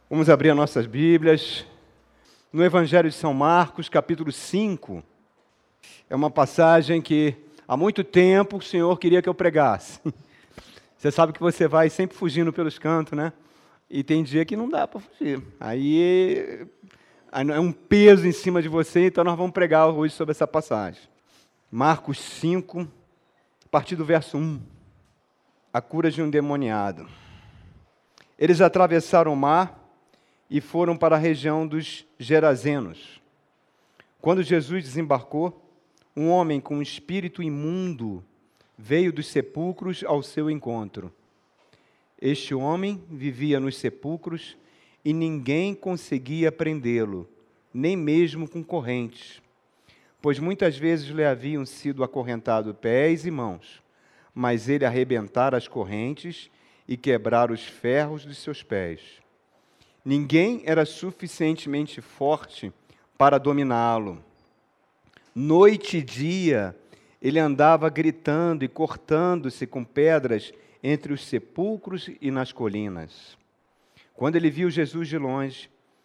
Vamos abrir as nossas Bíblias no Evangelho de São Marcos, capítulo 5. É uma passagem que há muito tempo o Senhor queria que eu pregasse. Você sabe que você vai sempre fugindo pelos cantos, né? E tem dia que não dá para fugir. Aí é um peso em cima de você, então nós vamos pregar hoje sobre essa passagem. Marcos 5, a partir do verso 1. A cura de um endemoniado. Eles atravessaram o mar e foram para a região dos Gerazenos. Quando Jesus desembarcou, um homem com um espírito imundo veio dos sepulcros ao seu encontro. Este homem vivia nos sepulcros e ninguém conseguia prendê-lo, nem mesmo com correntes, pois muitas vezes lhe haviam sido acorrentados pés e mãos, mas ele arrebentara as correntes e quebrara os ferros de seus pés. Ninguém era suficientemente forte para dominá-lo. Noite e dia, ele andava gritando e cortando-se com pedras entre os sepulcros e nas colinas. Quando ele viu Jesus de longe,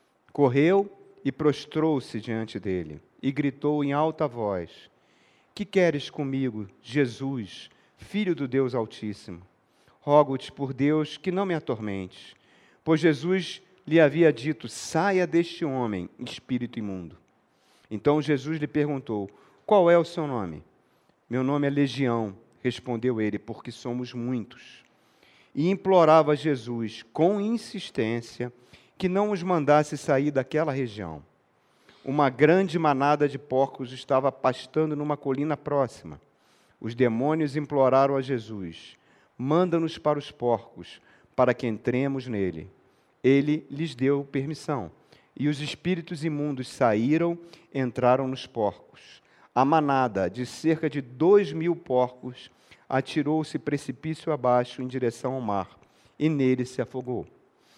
correu e prostrou-se diante dele e gritou em alta voz: "Que queres comigo, Jesus, Filho do Deus Altíssimo? Rogo-te por Deus que não me atormentes." Pois Jesus lhe havia dito: "Saia deste homem, espírito imundo." Então Jesus lhe perguntou: "Qual é o seu nome?" "Meu nome é Legião", respondeu ele, "porque somos muitos." E implorava a Jesus, com insistência, que não os mandasse sair daquela região. Uma grande manada de porcos estava pastando numa colina próxima. Os demônios imploraram a Jesus: "Manda-nos para os porcos, para que entremos nele." Ele lhes deu permissão, e os espíritos imundos saíram, entraram nos porcos. A manada, de cerca de 2.000 porcos, atirou-se precipício abaixo em direção ao mar, e nele se afogou.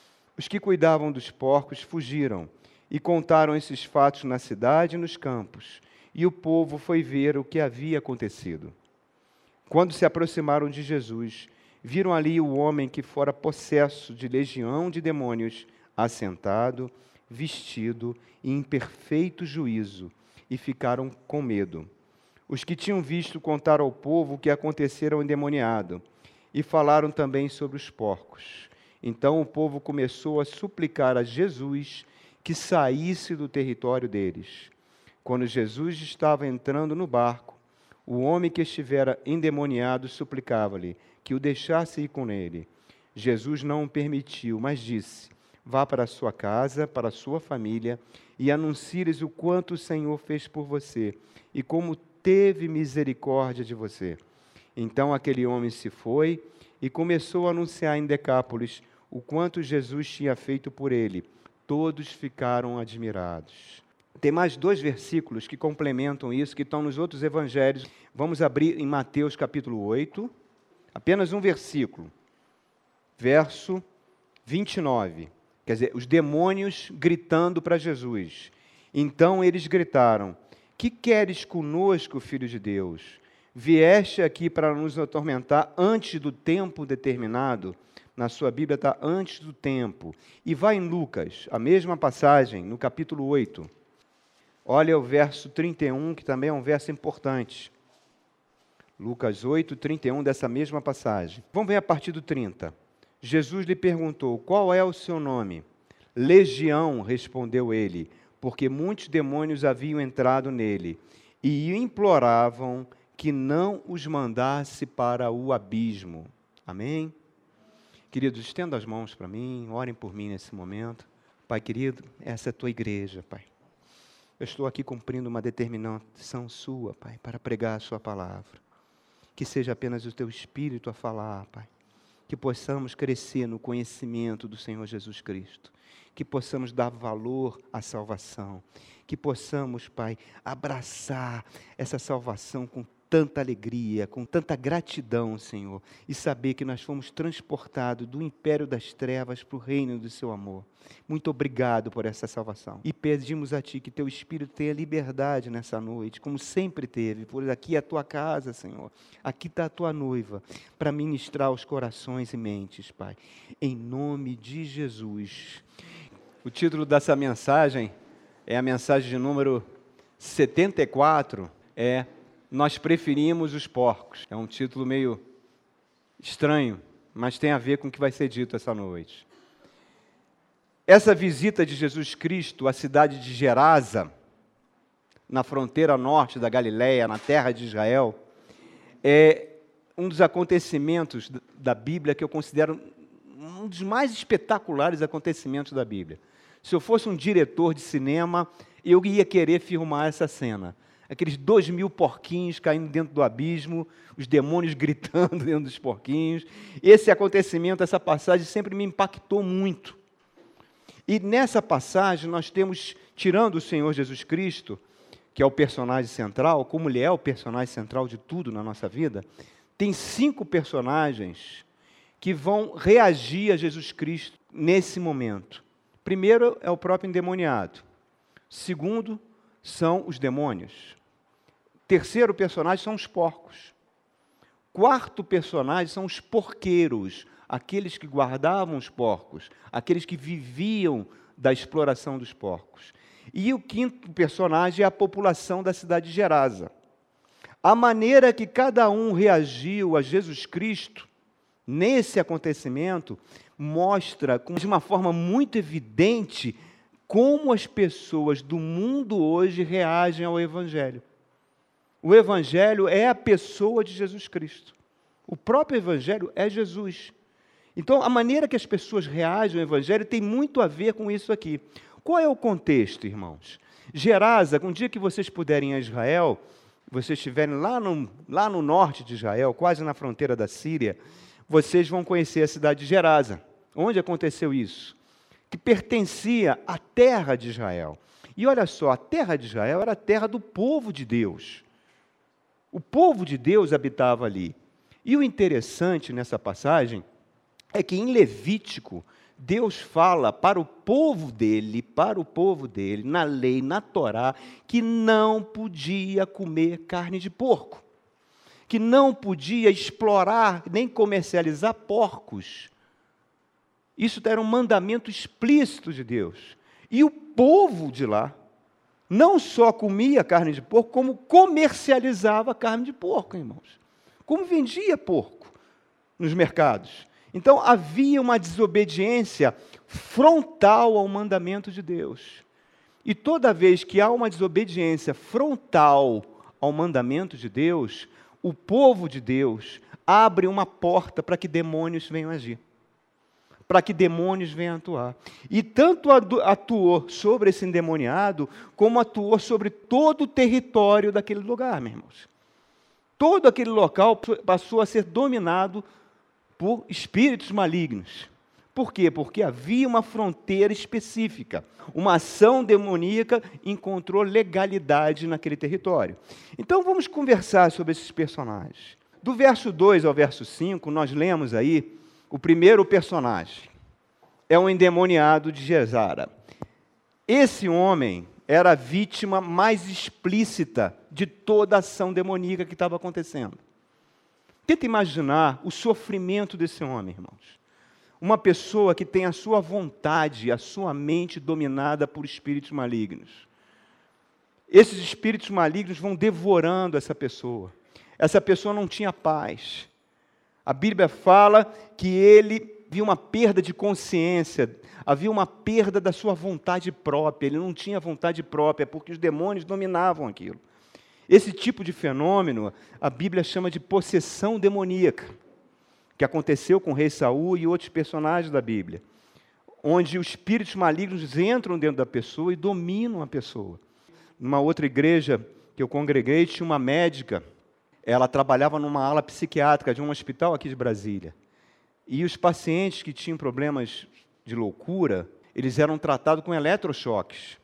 Os que cuidavam dos porcos fugiram, e contaram esses fatos na cidade e nos campos, e o povo foi ver o que havia acontecido. Quando se aproximaram de Jesus, viram ali o homem que fora possesso de legião de demônios, assentado, vestido e em perfeito juízo, e ficaram com medo. Os que tinham visto contaram ao povo o que acontecera ao endemoniado, e falaram também sobre os porcos. Então o povo começou a suplicar a Jesus que saísse do território deles. Quando Jesus estava entrando no barco, o homem que estivera endemoniado suplicava-lhe que o deixasse ir com ele. Jesus não o permitiu, mas disse: "Vá para a sua casa, para a sua família, e anuncie-lhes o quanto o Senhor fez por você, e como teve misericórdia de você." Então aquele homem se foi e começou a anunciar em Decápolis o quanto Jesus tinha feito por ele. Todos ficaram admirados. Tem mais 2 versículos que complementam isso, que estão nos outros evangelhos. Vamos abrir em Mateus capítulo 8, apenas um versículo, verso 29. Quer dizer, os demônios gritando para Jesus. Então eles gritaram: "Que queres conosco, Filho de Deus? Vieste aqui para nos atormentar antes do tempo determinado?" Na sua Bíblia está "antes do tempo." E vai em Lucas, a mesma passagem, no capítulo 8. Olha o verso 31, que também é um verso importante. Lucas 8, 31, dessa mesma passagem. Vamos ver a partir do 30. Jesus lhe perguntou: "Qual é o seu nome?" "Legião", respondeu ele, porque muitos demônios haviam entrado nele, e imploravam que não os mandasse para o abismo. Amém? Queridos, estenda as mãos para mim, orem por mim nesse momento. Pai querido, essa é a tua igreja, Pai. Eu estou aqui cumprindo uma determinação sua, Pai, para pregar a sua palavra. Que seja apenas o teu Espírito a falar, Pai. Que possamos crescer no conhecimento do Senhor Jesus Cristo. Que possamos dar valor à salvação. Que possamos, Pai, abraçar essa salvação com tanta alegria, com tanta gratidão, Senhor, e saber que nós fomos transportados do império das trevas para o reino do seu amor. Muito obrigado por essa salvação. E pedimos a Ti que Teu Espírito tenha liberdade nessa noite, como sempre teve, por aqui a Tua casa, Senhor. Aqui está a Tua noiva, para ministrar os corações e mentes, Pai. Em nome de Jesus. O título dessa mensagem é a mensagem de número 74, Nós Preferimos os Porcos. É um título meio estranho, mas tem a ver com o que vai ser dito essa noite. Essa visita de Jesus Cristo à cidade de Gerasa, na fronteira norte da Galileia, na terra de Israel, é um dos acontecimentos da Bíblia que eu considero um dos mais espetaculares acontecimentos da Bíblia. Se eu fosse um diretor de cinema, eu ia querer filmar essa cena. Aqueles 2.000 porquinhos caindo dentro do abismo, os demônios gritando dentro dos porquinhos. Esse acontecimento, essa passagem sempre me impactou muito. E nessa passagem nós temos, tirando o Senhor Jesus Cristo, que é o personagem central, como ele é o personagem central de tudo na nossa vida, tem 5 personagens que vão reagir a Jesus Cristo nesse momento. Primeiro é o próprio endemoniado. Segundo são os demônios. Terceiro personagem são os porcos. Quarto personagem são os porqueiros, aqueles que guardavam os porcos, aqueles que viviam da exploração dos porcos. E o quinto personagem é a população da cidade de Gerasa. A maneira que cada um reagiu a Jesus Cristo nesse acontecimento mostra de uma forma muito evidente como as pessoas do mundo hoje reagem ao Evangelho. O Evangelho é a pessoa de Jesus Cristo. O próprio Evangelho é Jesus. Então, a maneira que as pessoas reagem ao Evangelho tem muito a ver com isso aqui. Qual é o contexto, irmãos? Gerasa, um dia que vocês puderem ir a Israel, vocês estiverem lá no norte de Israel, quase na fronteira da Síria, vocês vão conhecer a cidade de Gerasa. Onde aconteceu isso? Que pertencia à terra de Israel. E olha só, a terra de Israel era a terra do povo de Deus. O povo de Deus habitava ali. E o interessante nessa passagem é que em Levítico, Deus fala para o povo dele, na lei, na Torá, que não podia comer carne de porco, que não podia explorar nem comercializar porcos. Isso era um mandamento explícito de Deus. E o povo de lá não só comia carne de porco, como comercializava carne de porco, irmãos. Como vendia porco nos mercados. Então, havia uma desobediência frontal ao mandamento de Deus. E toda vez que há uma desobediência frontal ao mandamento de Deus, o povo de Deus abre uma porta para que demônios venham agir, para que demônios venham atuar. E tanto atuou sobre esse endemoniado, como atuou sobre todo o território daquele lugar, meus irmãos. Todo aquele local passou a ser dominado por espíritos malignos. Por quê? Porque havia uma fronteira específica. Uma ação demoníaca encontrou legalidade naquele território. Então vamos conversar sobre esses personagens. Do verso 2 ao verso 5, nós lemos aí o primeiro personagem. É um endemoniado de Gerasa. Esse homem era a vítima mais explícita de toda a ação demoníaca que estava acontecendo. Tenta imaginar o sofrimento desse homem, irmãos. Uma pessoa que tem a sua vontade, a sua mente dominada por espíritos malignos. Esses espíritos malignos vão devorando essa pessoa. Essa pessoa não tinha paz. A Bíblia fala que ele havia uma perda de consciência, havia uma perda da sua vontade própria. Ele não tinha vontade própria, porque os demônios dominavam aquilo. Esse tipo de fenômeno, a Bíblia chama de possessão demoníaca, que aconteceu com o rei Saul e outros personagens da Bíblia, onde os espíritos malignos entram dentro da pessoa e dominam a pessoa. Numa outra igreja que eu congreguei, tinha uma médica, ela trabalhava numa ala psiquiátrica de um hospital aqui de Brasília. E os pacientes que tinham problemas de loucura, eles eram tratados com eletrochoques.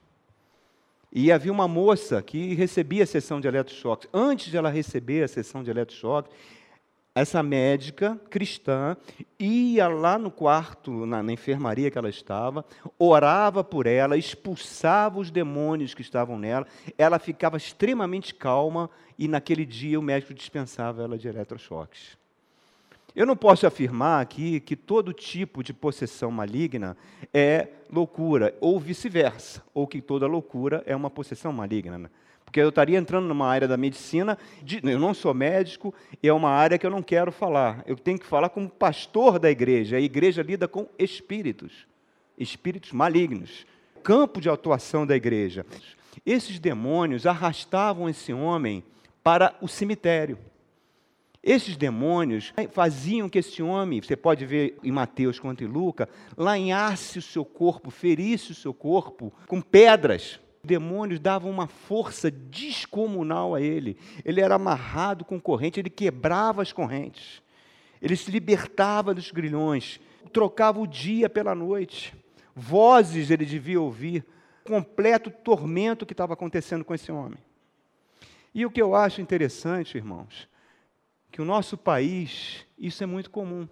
E havia uma moça que recebia a sessão de eletrochoques. Antes de ela receber a sessão de eletrochoques, essa médica cristã ia lá no quarto, na enfermaria que ela estava, orava por ela, expulsava os demônios que estavam nela, ela ficava extremamente calma e naquele dia o médico dispensava ela de eletrochoques. Eu não posso afirmar aqui que todo tipo de possessão maligna é loucura, ou vice-versa, ou que toda loucura é uma possessão maligna, né? Porque eu estaria entrando numa área da medicina, eu não sou médico, e é uma área que eu não quero falar. Eu tenho que falar como pastor da igreja. A igreja lida com espíritos malignos, campo de atuação da igreja. Esses demônios arrastavam esse homem para o cemitério. Esses demônios faziam que esse homem, você pode ver em Mateus quanto em Lucas, lanhasse o seu corpo, ferisse o seu corpo com pedras. Os demônios davam uma força descomunal a ele. Ele era amarrado com corrente, ele quebrava as correntes. Ele se libertava dos grilhões, trocava o dia pela noite. Vozes ele devia ouvir, completo tormento que estava acontecendo com esse homem. E o que eu acho interessante, irmãos, que o nosso país, isso é muito comum.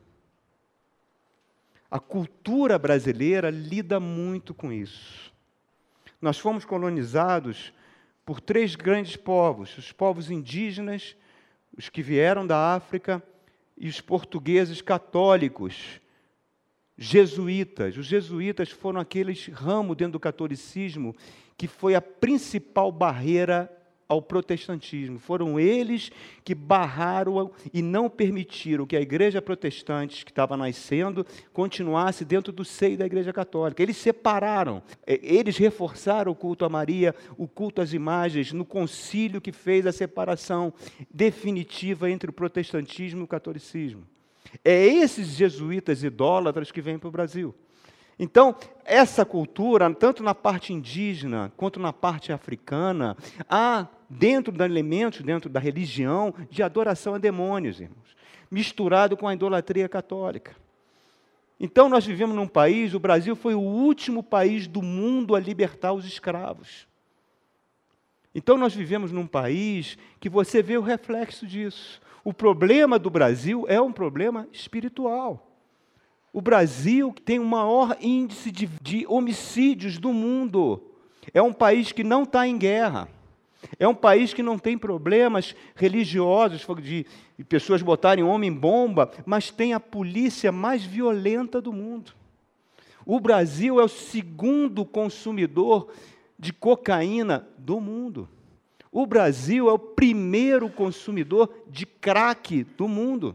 A cultura brasileira lida muito com isso. Nós fomos colonizados por 3 grandes povos, os povos indígenas, os que vieram da África, e os portugueses católicos, jesuítas. Os jesuítas foram aqueles ramos dentro do catolicismo que foi a principal barreira ao protestantismo. Foram eles que barraram e não permitiram que a igreja protestante, que estava nascendo, continuasse dentro do seio da igreja católica. Eles separaram, eles reforçaram o culto a Maria, o culto às imagens, no concílio que fez a separação definitiva entre o protestantismo e o catolicismo. É esses jesuítas idólatras que vêm para o Brasil. Então, essa cultura, tanto na parte indígena quanto na parte africana, há dentro de elementos, dentro da religião, de adoração a demônios, irmãos, misturado com a idolatria católica. Então, nós vivemos num país, o Brasil foi o último país do mundo a libertar os escravos. Então, nós vivemos num país que você vê o reflexo disso. O problema do Brasil é um problema espiritual. O Brasil tem o maior índice de homicídios do mundo. É um país que não está em guerra. É um país que não tem problemas religiosos, de pessoas botarem homem-bomba, mas tem a polícia mais violenta do mundo. O Brasil é o segundo consumidor de cocaína do mundo. O Brasil é o primeiro consumidor de crack do mundo.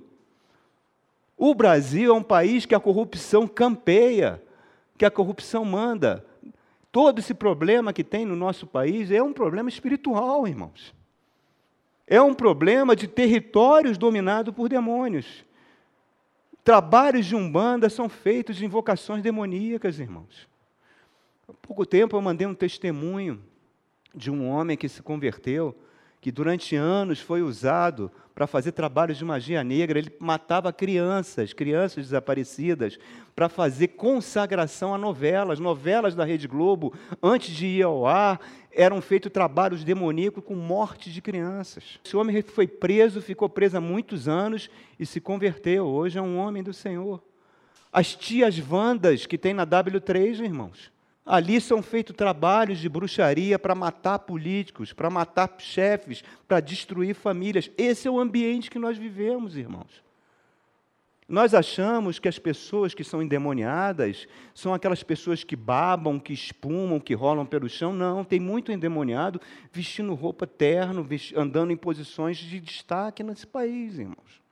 O Brasil é um país que a corrupção campeia, que a corrupção manda. Todo esse problema que tem no nosso país é um problema espiritual, irmãos. É um problema de territórios dominados por demônios. Trabalhos de umbanda são feitos de invocações demoníacas, irmãos. Há pouco tempo eu mandei um testemunho de um homem que se converteu, que durante anos foi usado para fazer trabalhos de magia negra. Ele matava crianças desaparecidas, para fazer consagração a novelas. Novelas da Rede Globo, antes de ir ao ar, eram feitos trabalhos demoníacos com morte de crianças. Esse homem foi preso, ficou preso há muitos anos e se converteu. Hoje é um homem do Senhor. As tias Wandas que tem na W3, irmãos. Ali são feitos trabalhos de bruxaria para matar políticos, para matar chefes, para destruir famílias. Esse é o ambiente que nós vivemos, irmãos. Nós achamos que as pessoas que são endemoniadas são aquelas pessoas que babam, que espumam, que rolam pelo chão. Não, tem muito endemoniado vestindo roupa terno, andando em posições de destaque nesse país, irmãos.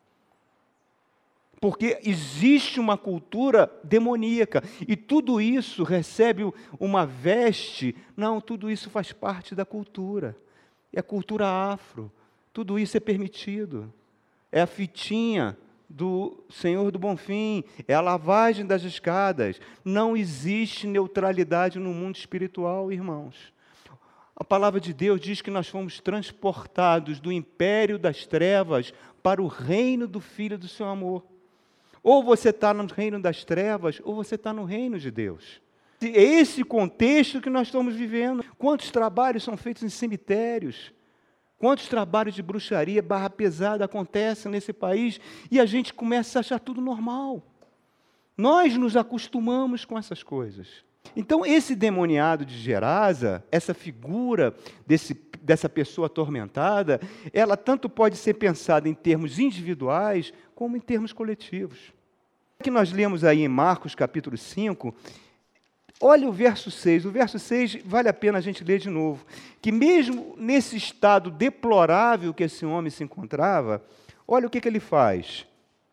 Porque existe uma cultura demoníaca, e tudo isso recebe uma veste. Não, tudo isso faz parte da cultura. É a cultura afro, tudo isso é permitido. É a fitinha do Senhor do Bonfim, é a lavagem das escadas. Não existe neutralidade no mundo espiritual, irmãos. A palavra de Deus diz que nós fomos transportados do império das trevas para o reino do Filho do seu amor. Ou você está no reino das trevas, ou você está no reino de Deus. É esse contexto que nós estamos vivendo. Quantos trabalhos são feitos em cemitérios? Quantos trabalhos de bruxaria, barra pesada acontecem nesse país? E a gente começa a achar tudo normal. Nós nos acostumamos com essas coisas. Então, esse demoniado de Gerasa, essa figura dessa pessoa atormentada, ela tanto pode ser pensada em termos individuais, como em termos coletivos. O que nós lemos aí em Marcos, capítulo 5, olha o verso 6. O verso 6 vale a pena a gente ler de novo. Que mesmo nesse estado deplorável que esse homem se encontrava, olha o que ele faz.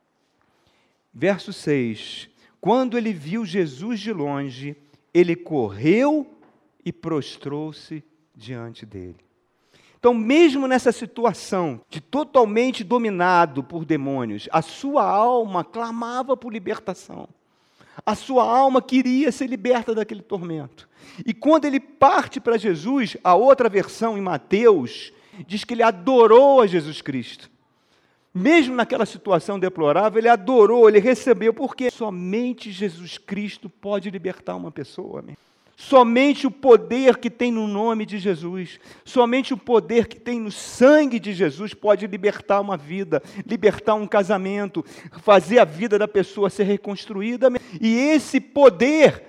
Verso 6. Quando ele viu Jesus de longe, ele correu e prostrou-se diante dele. Então, mesmo nessa situação de totalmente dominado por demônios, a sua alma clamava por libertação. A sua alma queria ser liberta daquele tormento. E quando ele parte para Jesus, a outra versão em Mateus diz que ele adorou a Jesus Cristo. Mesmo naquela situação deplorável, ele adorou, ele recebeu, porque somente Jesus Cristo pode libertar uma pessoa. Amém? Somente o poder que tem no nome de Jesus, somente o poder que tem no sangue de Jesus pode libertar uma vida, libertar um casamento, fazer a vida da pessoa ser reconstruída. Amém? E esse poder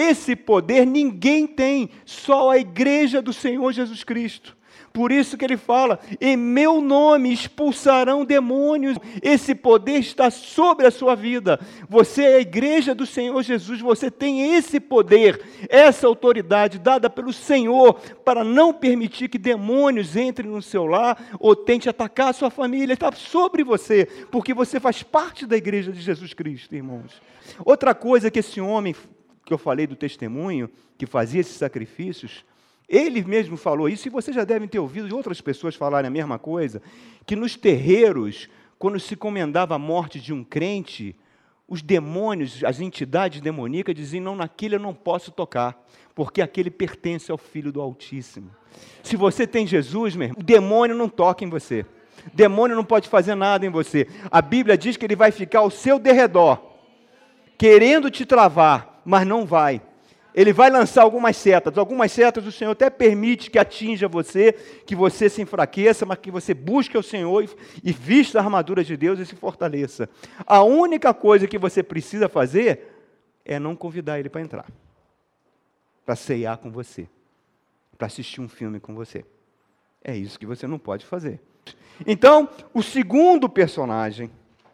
ninguém tem, só a igreja do Senhor Jesus Cristo. Por isso que ele fala, em meu nome expulsarão demônios. Esse poder está sobre a sua vida. Você é a igreja do Senhor Jesus, você tem esse poder, essa autoridade dada pelo Senhor para não permitir que demônios entrem no seu lar ou tente atacar a sua família. Está sobre você, porque você faz parte da igreja de Jesus Cristo, irmãos. Outra coisa que esse homem, que eu falei do testemunho, que fazia esses sacrifícios, ele mesmo falou isso, e vocês já devem ter ouvido de outras pessoas falarem a mesma coisa, que nos terreiros, quando se comendava a morte de um crente, os demônios, as entidades demoníacas diziam, não, naquele eu não posso tocar, porque aquele pertence ao Filho do Altíssimo. Se você tem Jesus, meu irmão, o demônio não toca em você. O demônio não pode fazer nada em você. A Bíblia diz que ele vai ficar ao seu derredor, querendo te travar, mas não vai. Ele vai lançar algumas setas o Senhor até permite que atinja você, que você se enfraqueça, mas que você busque o Senhor e vista a armadura de Deus e se fortaleça. A única coisa que você precisa fazer é não convidar ele para entrar, para ceiar com você, para assistir um filme com você. É isso que você não pode fazer. Então, o segundo personagem,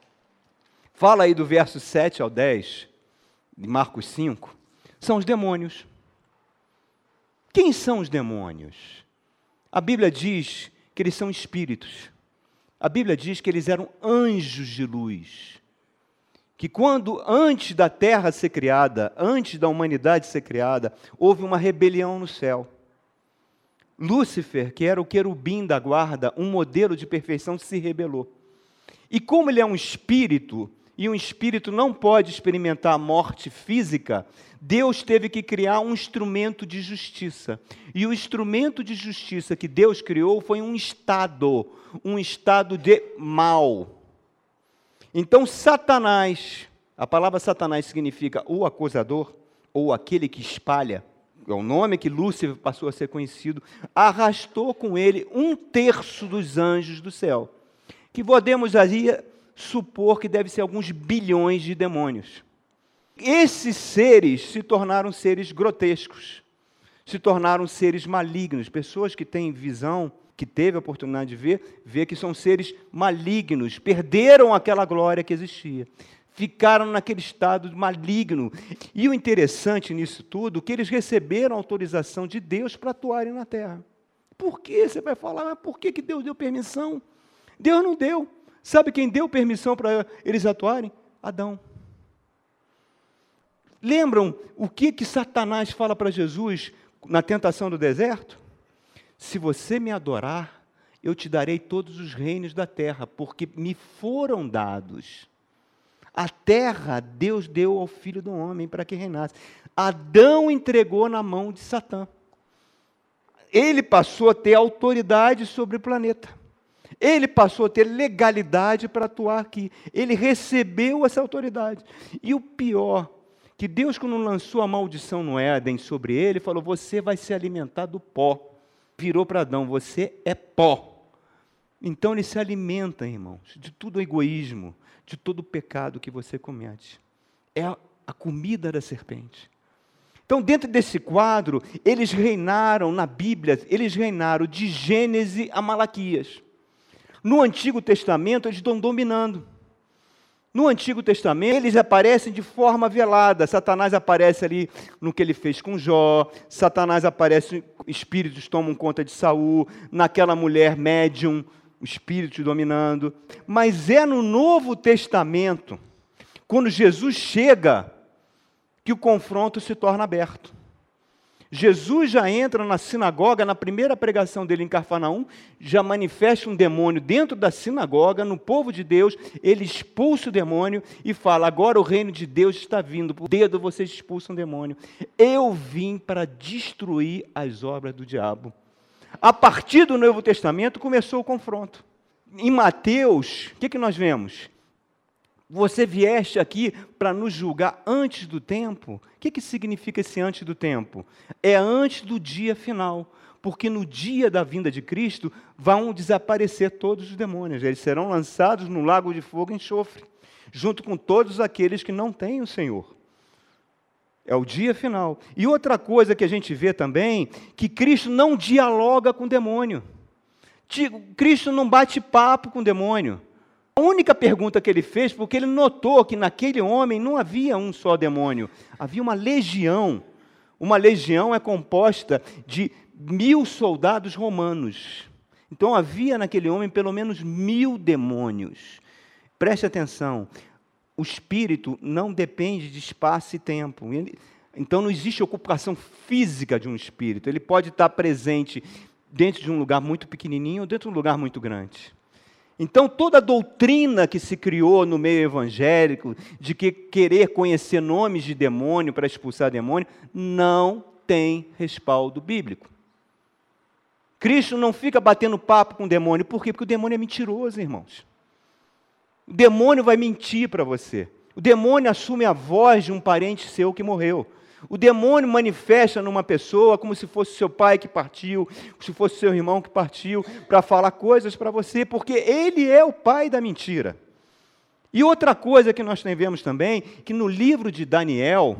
fala aí do verso 7 ao 10, de Marcos 5, são os demônios. Quem são os demônios? A Bíblia diz que eles são espíritos. A Bíblia diz que eles eram anjos de luz. Que quando, antes da terra ser criada, antes da humanidade ser criada, houve uma rebelião no céu. Lúcifer, que era o querubim da guarda, um modelo de perfeição, se rebelou. E como ele é um espírito, e um espírito não pode experimentar a morte física, Deus teve que criar um instrumento de justiça. E o instrumento de justiça que Deus criou foi um estado de mal. Então Satanás, a palavra Satanás significa o acusador, ou aquele que espalha, é o nome que Lúcifer passou a ser conhecido, arrastou com ele 1/3 dos anjos do céu, que podemos aí supor que deve ser alguns bilhões de demônios. Esses seres se tornaram seres grotescos, se tornaram seres malignos. Pessoas que têm visão, que teve a oportunidade de ver que são seres malignos, perderam aquela glória que existia, ficaram naquele estado maligno. E o interessante nisso tudo, que eles receberam autorização de Deus para atuarem na terra. Por que? Você vai falar, mas por que Deus deu permissão? Deus não deu. Sabe quem deu permissão para eles atuarem? Adão. Lembram o que Satanás fala para Jesus na tentação do deserto? Se você me adorar, eu te darei todos os reinos da terra, porque me foram dados. A terra Deus deu ao Filho do Homem para que reinasse. Adão entregou na mão de Satã. Ele passou a ter autoridade sobre o planeta. Ele passou a ter legalidade para atuar aqui. Ele recebeu essa autoridade. E o pior, que Deus, quando lançou a maldição no Éden sobre ele, falou, você vai se alimentar do pó. Virou para Adão, você é pó. Então ele se alimenta, irmãos, de todo o egoísmo, de todo o pecado que você comete. É a comida da serpente. Então, dentro desse quadro, eles reinaram na Bíblia, eles reinaram de Gênesis a Malaquias. No Antigo Testamento, eles estão dominando. No Antigo Testamento, eles aparecem de forma velada. Satanás aparece ali no que ele fez com Jó, Satanás aparece, espíritos tomam conta de Saul, naquela mulher médium, o espírito dominando. Mas é no Novo Testamento, quando Jesus chega, que o confronto se torna aberto. Jesus já entra na sinagoga, na primeira pregação dele em Cafarnaum, já manifesta um demônio dentro da sinagoga, no povo de Deus, ele expulsa o demônio e fala, agora o reino de Deus está vindo, por dedo vocês expulsam o demônio. Eu vim para destruir as obras do diabo. A partir do Novo Testamento começou o confronto. Em Mateus, o que nós vemos? Você vieste aqui para nos julgar antes do tempo? O que significa esse antes do tempo? É antes do dia final, porque no dia da vinda de Cristo vão desaparecer todos os demônios, eles serão lançados no lago de fogo e enxofre, junto com todos aqueles que não têm o Senhor. É o dia final. E outra coisa que a gente vê também, que Cristo não dialoga com o demônio. Cristo não bate papo com o demônio. A única pergunta que ele fez, porque ele notou que naquele homem não havia um só demônio, havia uma legião. Uma legião é composta de 1000 soldados romanos. Então havia naquele homem pelo menos 1000 demônios. Preste atenção, o espírito não depende de espaço e tempo. Então não existe ocupação física de um espírito. Ele pode estar presente dentro de um lugar muito pequenininho ou dentro de um lugar muito grande. Então, toda a doutrina que se criou no meio evangélico, de que querer conhecer nomes de demônio para expulsar demônio, não tem respaldo bíblico. Cristo não fica batendo papo com o demônio. Por quê? Porque o demônio é mentiroso, irmãos. O demônio vai mentir para você. O demônio assume a voz de um parente seu que morreu. O demônio manifesta numa pessoa como se fosse seu pai que partiu, como se fosse seu irmão que partiu, para falar coisas para você, porque ele é o pai da mentira. E outra coisa que nós vemos também, que no livro de Daniel,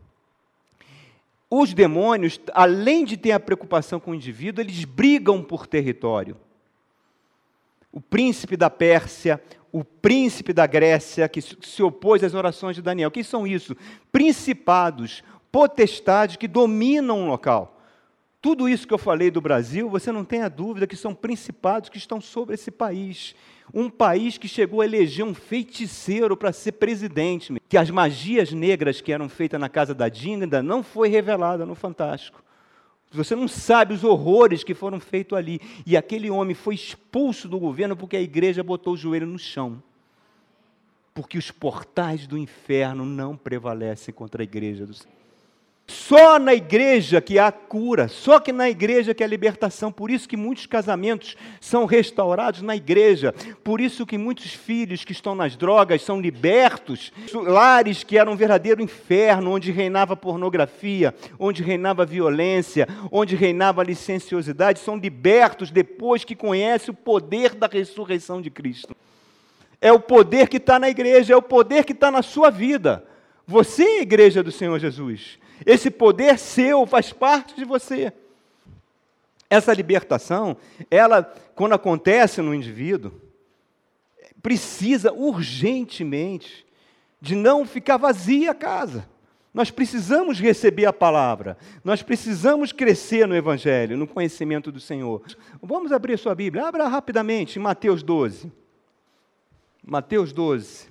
os demônios, além de ter a preocupação com o indivíduo, eles brigam por território. O príncipe da Pérsia, o príncipe da Grécia, que se opôs às orações de Daniel. O que são isso? Principados, potestades que dominam um local. Tudo isso que eu falei do Brasil, você não tenha dúvida que são principados que estão sobre esse país. Um país que chegou a eleger um feiticeiro para ser presidente. Que as magias negras que eram feitas na casa da Dinda não foi revelada no Fantástico. Você não sabe os horrores que foram feitos ali. E aquele homem foi expulso do governo porque a igreja botou o joelho no chão. Porque os portais do inferno não prevalecem contra a igreja do Senhor. Só na igreja que há cura, só que na igreja que há libertação. Por isso que muitos casamentos são restaurados na igreja. Por isso que muitos filhos que estão nas drogas são libertos. Lares que eram um verdadeiro inferno, onde reinava pornografia, onde reinava violência, onde reinava licenciosidade, são libertos depois que conhecem o poder da ressurreição de Cristo. É o poder que está na igreja, é o poder que está na sua vida. Você é a igreja do Senhor Jesus. Esse poder seu faz parte de você. Essa libertação, ela, quando acontece no indivíduo, precisa urgentemente de não ficar vazia a casa. Nós precisamos receber a palavra. Nós precisamos crescer no Evangelho, no conhecimento do Senhor. Vamos abrir a sua Bíblia. Abra rapidamente em Mateus 12. Mateus 12.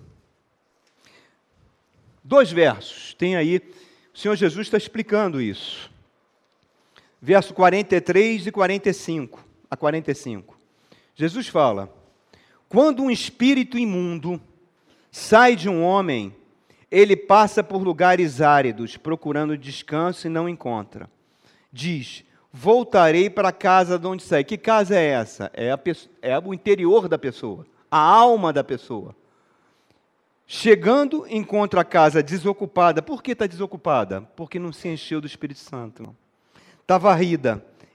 2 versos. Tem aí... O Senhor Jesus está explicando isso. Verso 43 e 45 a 45. Jesus fala: quando um espírito imundo sai de um homem, ele passa por lugares áridos, procurando descanso e não encontra. Diz: voltarei para a casa de onde saí. Que casa é essa? É o interior da pessoa, a alma da pessoa. Chegando, encontra a casa desocupada. Por que está desocupada? Porque não se encheu do Espírito Santo. Está varrida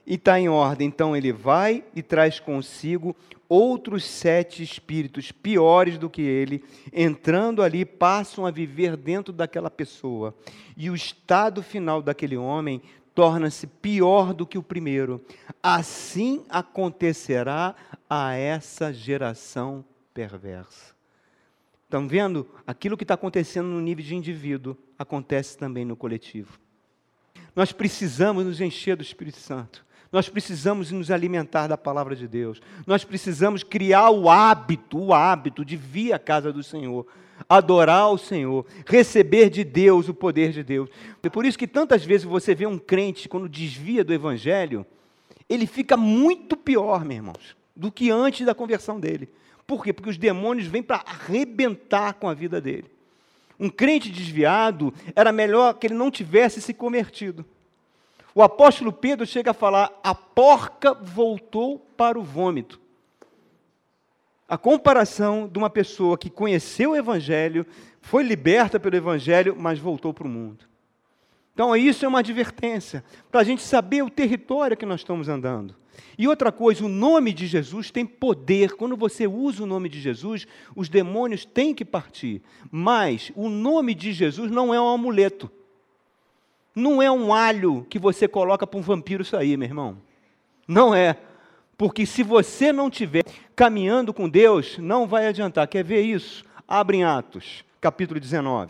e está em ordem. Então ele vai e traz consigo outros 7 espíritos piores do que ele, entrando ali, passam a viver dentro daquela pessoa. E o estado final daquele homem torna-se pior do que o primeiro. Assim acontecerá a essa geração perversa. Estão vendo? Aquilo que está acontecendo no nível de indivíduo, acontece também no coletivo. Nós precisamos nos encher do Espírito Santo. Nós precisamos nos alimentar da palavra de Deus. Nós precisamos criar o hábito de vir à casa do Senhor, adorar o Senhor, receber de Deus o poder de Deus. É por isso que tantas vezes você vê um crente, quando desvia do Evangelho, ele fica muito pior, meus irmãos, do que antes da conversão dele. Por quê? Porque os demônios vêm para arrebentar com a vida dele. Um crente desviado, era melhor que ele não tivesse se convertido. O apóstolo Pedro chega a falar, a porca voltou para o vômito. A comparação de uma pessoa que conheceu o Evangelho, foi liberta pelo Evangelho, mas voltou para o mundo. Então isso é uma advertência, para a gente saber o território que nós estamos andando. E outra coisa, o nome de Jesus tem poder. Quando você usa o nome de Jesus, os demônios têm que partir. Mas o nome de Jesus não é um amuleto. Não é um alho que você coloca para um vampiro sair, meu irmão. Não é. Porque se você não estiver caminhando com Deus, não vai adiantar. Quer ver isso? Abre em Atos, capítulo 19.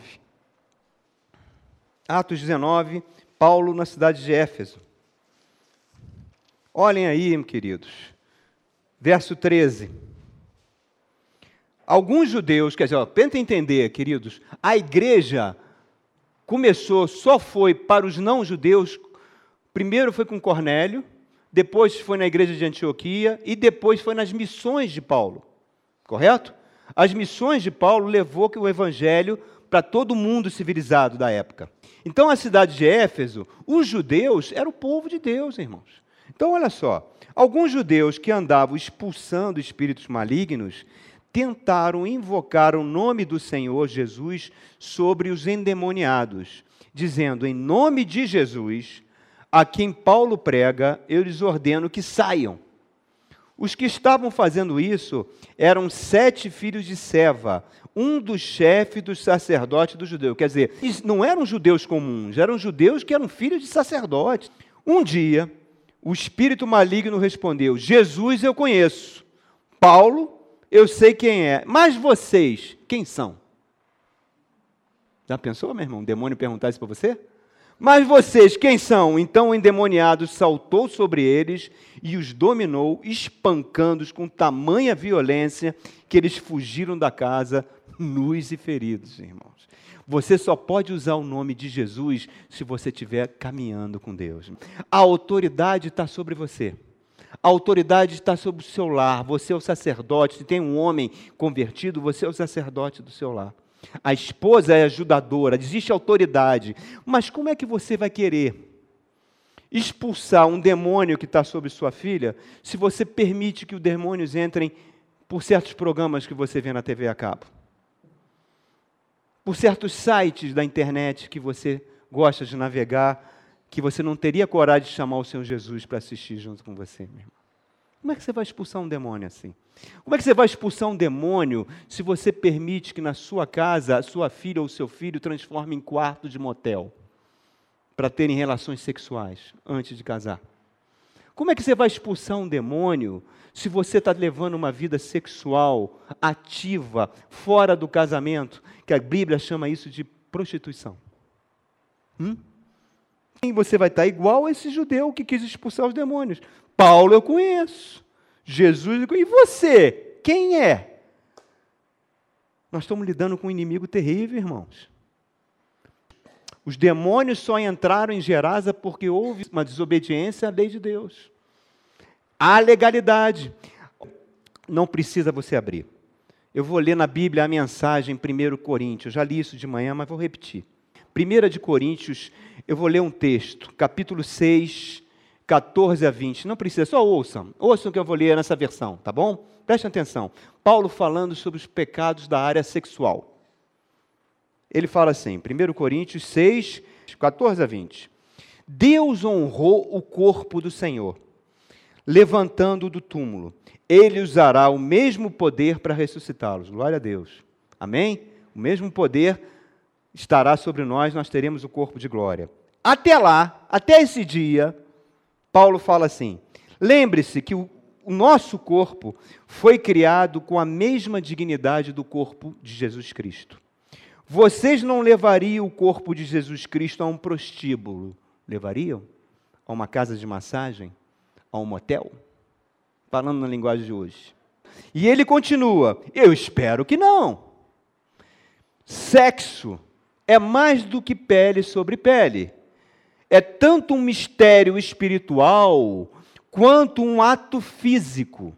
Atos 19, Paulo na cidade de Éfeso. Olhem aí, queridos. Verso 13. Alguns judeus, quer dizer, tenta entender, queridos, a igreja começou, só foi para os não-judeus, primeiro foi com Cornélio, depois foi na igreja de Antioquia e depois foi nas missões de Paulo, correto? As missões de Paulo levou o evangelho para todo mundo civilizado da época. Então a cidade de Éfeso, os judeus eram o povo de Deus, irmãos. Então olha só, alguns judeus que andavam expulsando espíritos malignos, tentaram invocar o nome do Senhor Jesus sobre os endemoniados, dizendo, em nome de Jesus, a quem Paulo prega, eu lhes ordeno que saiam. Os que estavam fazendo isso eram 7 filhos de Seva, um dos chefes dos sacerdotes dos judeus. Quer dizer, eles não eram judeus comuns, eram judeus que eram filhos de sacerdotes. Um dia, o espírito maligno respondeu, Jesus eu conheço, Paulo eu sei quem é, mas vocês, quem são? Já pensou, meu irmão, um demônio perguntar isso para você? Mas vocês, quem são? Então o endemoniado saltou sobre eles e os dominou, espancando-os com tamanha violência que eles fugiram da casa, nus e feridos, irmãos. Você só pode usar o nome de Jesus se você estiver caminhando com Deus. A autoridade está sobre você. A autoridade está sobre o seu lar, você é o sacerdote, se tem um homem convertido, você é o sacerdote do seu lar. A esposa é ajudadora, existe autoridade, mas como é que você vai querer expulsar um demônio que está sobre sua filha, se você permite que os demônios entrem por certos programas que você vê na TV a cabo? Por certos sites da internet que você gosta de navegar, que você não teria coragem de chamar o Senhor Jesus para assistir junto com você, meu irmão. Como é que você vai expulsar um demônio assim? Como é que você vai expulsar um demônio se você permite que na sua casa a sua filha ou o seu filho transforme em quarto de motel para terem relações sexuais antes de casar? Como é que você vai expulsar um demônio se você está levando uma vida sexual ativa, fora do casamento, que a Bíblia chama isso de prostituição? E você vai estar igual a esse judeu que quis expulsar os demônios. Paulo eu conheço, Jesus eu conheço. E você, quem é? Nós estamos lidando com um inimigo terrível, irmãos. Os demônios só entraram em Gerasa porque houve uma desobediência à lei de Deus. Há legalidade. Não precisa você abrir. Eu vou ler na Bíblia a mensagem em 1 Coríntios. Eu já li isso de manhã, mas vou repetir. 1 de Coríntios, eu vou ler um texto, capítulo 6, 14 a 20. Não precisa, só ouçam. Ouçam que eu vou ler nessa versão, tá bom? Prestem atenção. Paulo falando sobre os pecados da área sexual. Ele fala assim, 1 Coríntios 6, 14 a 20. Deus honrou o corpo do Senhor. levantando do túmulo. Ele usará o mesmo poder para ressuscitá-los. Glória a Deus. Amém? O mesmo poder estará sobre nós, nós teremos o corpo de glória. Até lá, até esse dia, Paulo fala assim, lembre-se que o nosso corpo foi criado com a mesma dignidade do corpo de Jesus Cristo. Vocês não levariam o corpo de Jesus Cristo a um prostíbulo, levariam? A uma casa de massagem? A um motel? Falando na linguagem de hoje. E ele continua, eu espero que não. Sexo é mais do que pele sobre pele. É tanto um mistério espiritual quanto um ato físico.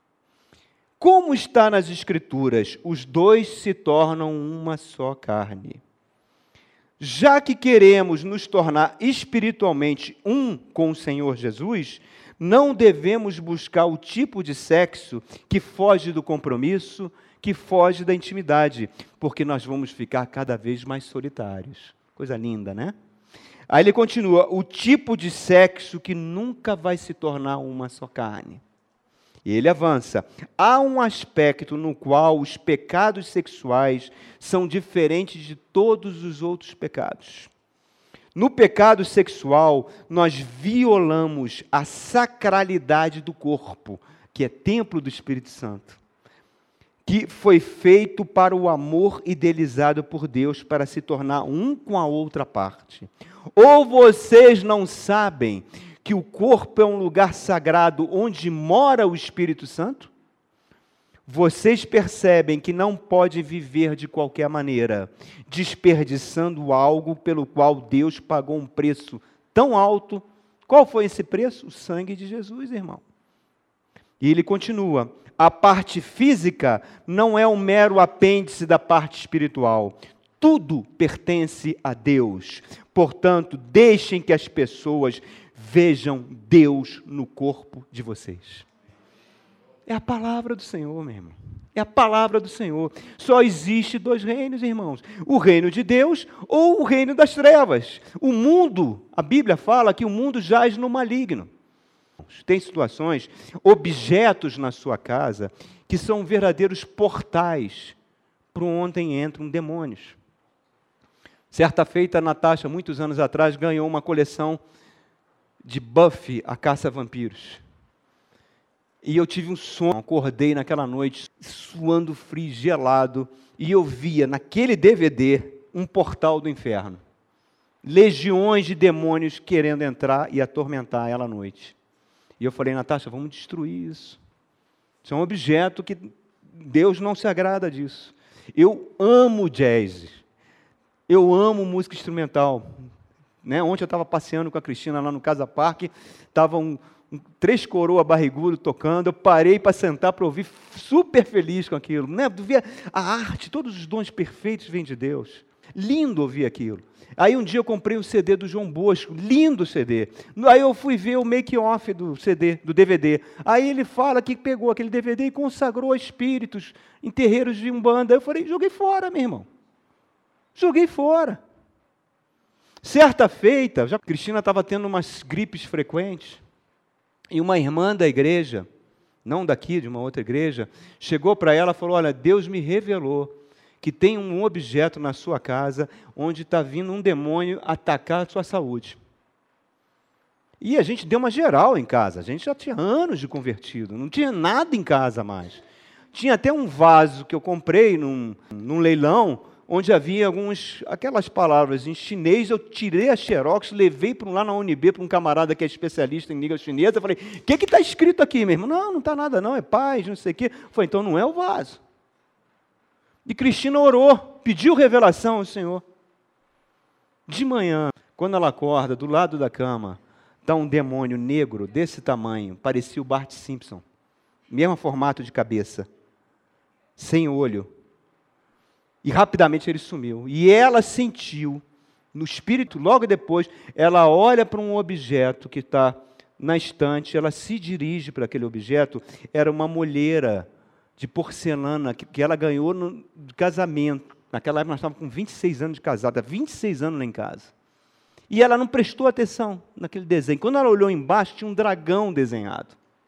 Como está nas Escrituras, os dois se tornam uma só carne. Já que queremos nos tornar espiritualmente um com o Senhor Jesus, não devemos buscar o tipo de sexo que foge do compromisso, que foge da intimidade, porque nós vamos ficar cada vez mais solitários. Coisa linda, né? Aí ele continua, o tipo de sexo que nunca vai se tornar uma só carne. E ele avança, há um aspecto no qual os pecados sexuais são diferentes de todos os outros pecados. No pecado sexual, nós violamos a sacralidade do corpo, que é templo do Espírito Santo, que foi feito para o amor idealizado por Deus para se tornar um com a outra parte. Ou vocês não sabem que o corpo é um lugar sagrado onde mora o Espírito Santo? Vocês percebem que não pode viver de qualquer maneira, desperdiçando algo pelo qual Deus pagou um preço tão alto. Qual foi esse preço? O sangue de Jesus, irmão. E ele continua, a parte física não é um mero apêndice da parte espiritual. Tudo pertence a Deus. Portanto, deixem que as pessoas vejam Deus no corpo de vocês. É a palavra do Senhor, meu irmão. É a palavra do Senhor. Só existe dois reinos, irmãos. O reino de Deus ou o reino das trevas. O mundo, a Bíblia fala que o mundo jaz no maligno. Tem situações, objetos na sua casa, que são verdadeiros portais para onde entram demônios. Certa feita, a Natasha, muitos anos atrás, ganhou uma coleção de Buffy, a caça-vampiros. E eu tive um sonho, acordei naquela noite, suando frio, gelado, e eu via naquele DVD um portal do inferno. Legiões de demônios querendo entrar e atormentar ela à noite. E eu falei, Natasha, vamos destruir isso. Isso é um objeto que Deus não se agrada disso. Eu amo jazz. Eu amo música instrumental. Né? Ontem eu estava passeando com a Cristina lá no Casa Parque, estavam 3 coroas barrigudos tocando, eu parei para sentar para ouvir, super feliz com aquilo. Né? Via a arte, todos os dons perfeitos vêm de Deus. Lindo ouvir aquilo. Aí um dia eu comprei um CD do João Bosco, lindo CD. Aí eu fui ver o make-off do CD, do DVD. Aí ele fala que pegou aquele DVD e consagrou a espíritos em terreiros de Umbanda. Eu falei, joguei fora, meu irmão. Joguei fora. Certa feita, já a Cristina estava tendo umas gripes frequentes, e uma irmã da igreja, não daqui, de uma outra igreja, chegou para ela e falou, olha, Deus me revelou que tem um objeto na sua casa onde está vindo um demônio atacar a sua saúde. E a gente deu uma geral em casa, a gente já tinha anos de convertido, não tinha nada em casa mais. Tinha até um vaso que eu comprei num leilão, onde havia aquelas palavras em chinês, eu tirei a xerox, levei lá na UNB, para um camarada que é especialista em língua chinesa, eu falei, o que está escrito aqui, meu irmão? Não está nada não, é paz, não sei o quê. Eu falei, então não é o vaso. E Cristina orou, pediu revelação ao Senhor. De manhã, quando ela acorda, do lado da cama, está um demônio negro desse tamanho, parecia o Bart Simpson, mesmo formato de cabeça, sem olho. E rapidamente ele sumiu. E ela sentiu, no espírito, logo depois, ela olha para um objeto que está na estante, ela se dirige para aquele objeto, era uma molheira de porcelana que ela ganhou no casamento. Naquela época nós estávamos com 26 anos de casada, 26 anos lá em casa. E ela não prestou atenção naquele desenho. Quando ela olhou embaixo, tinha um dragão desenhado.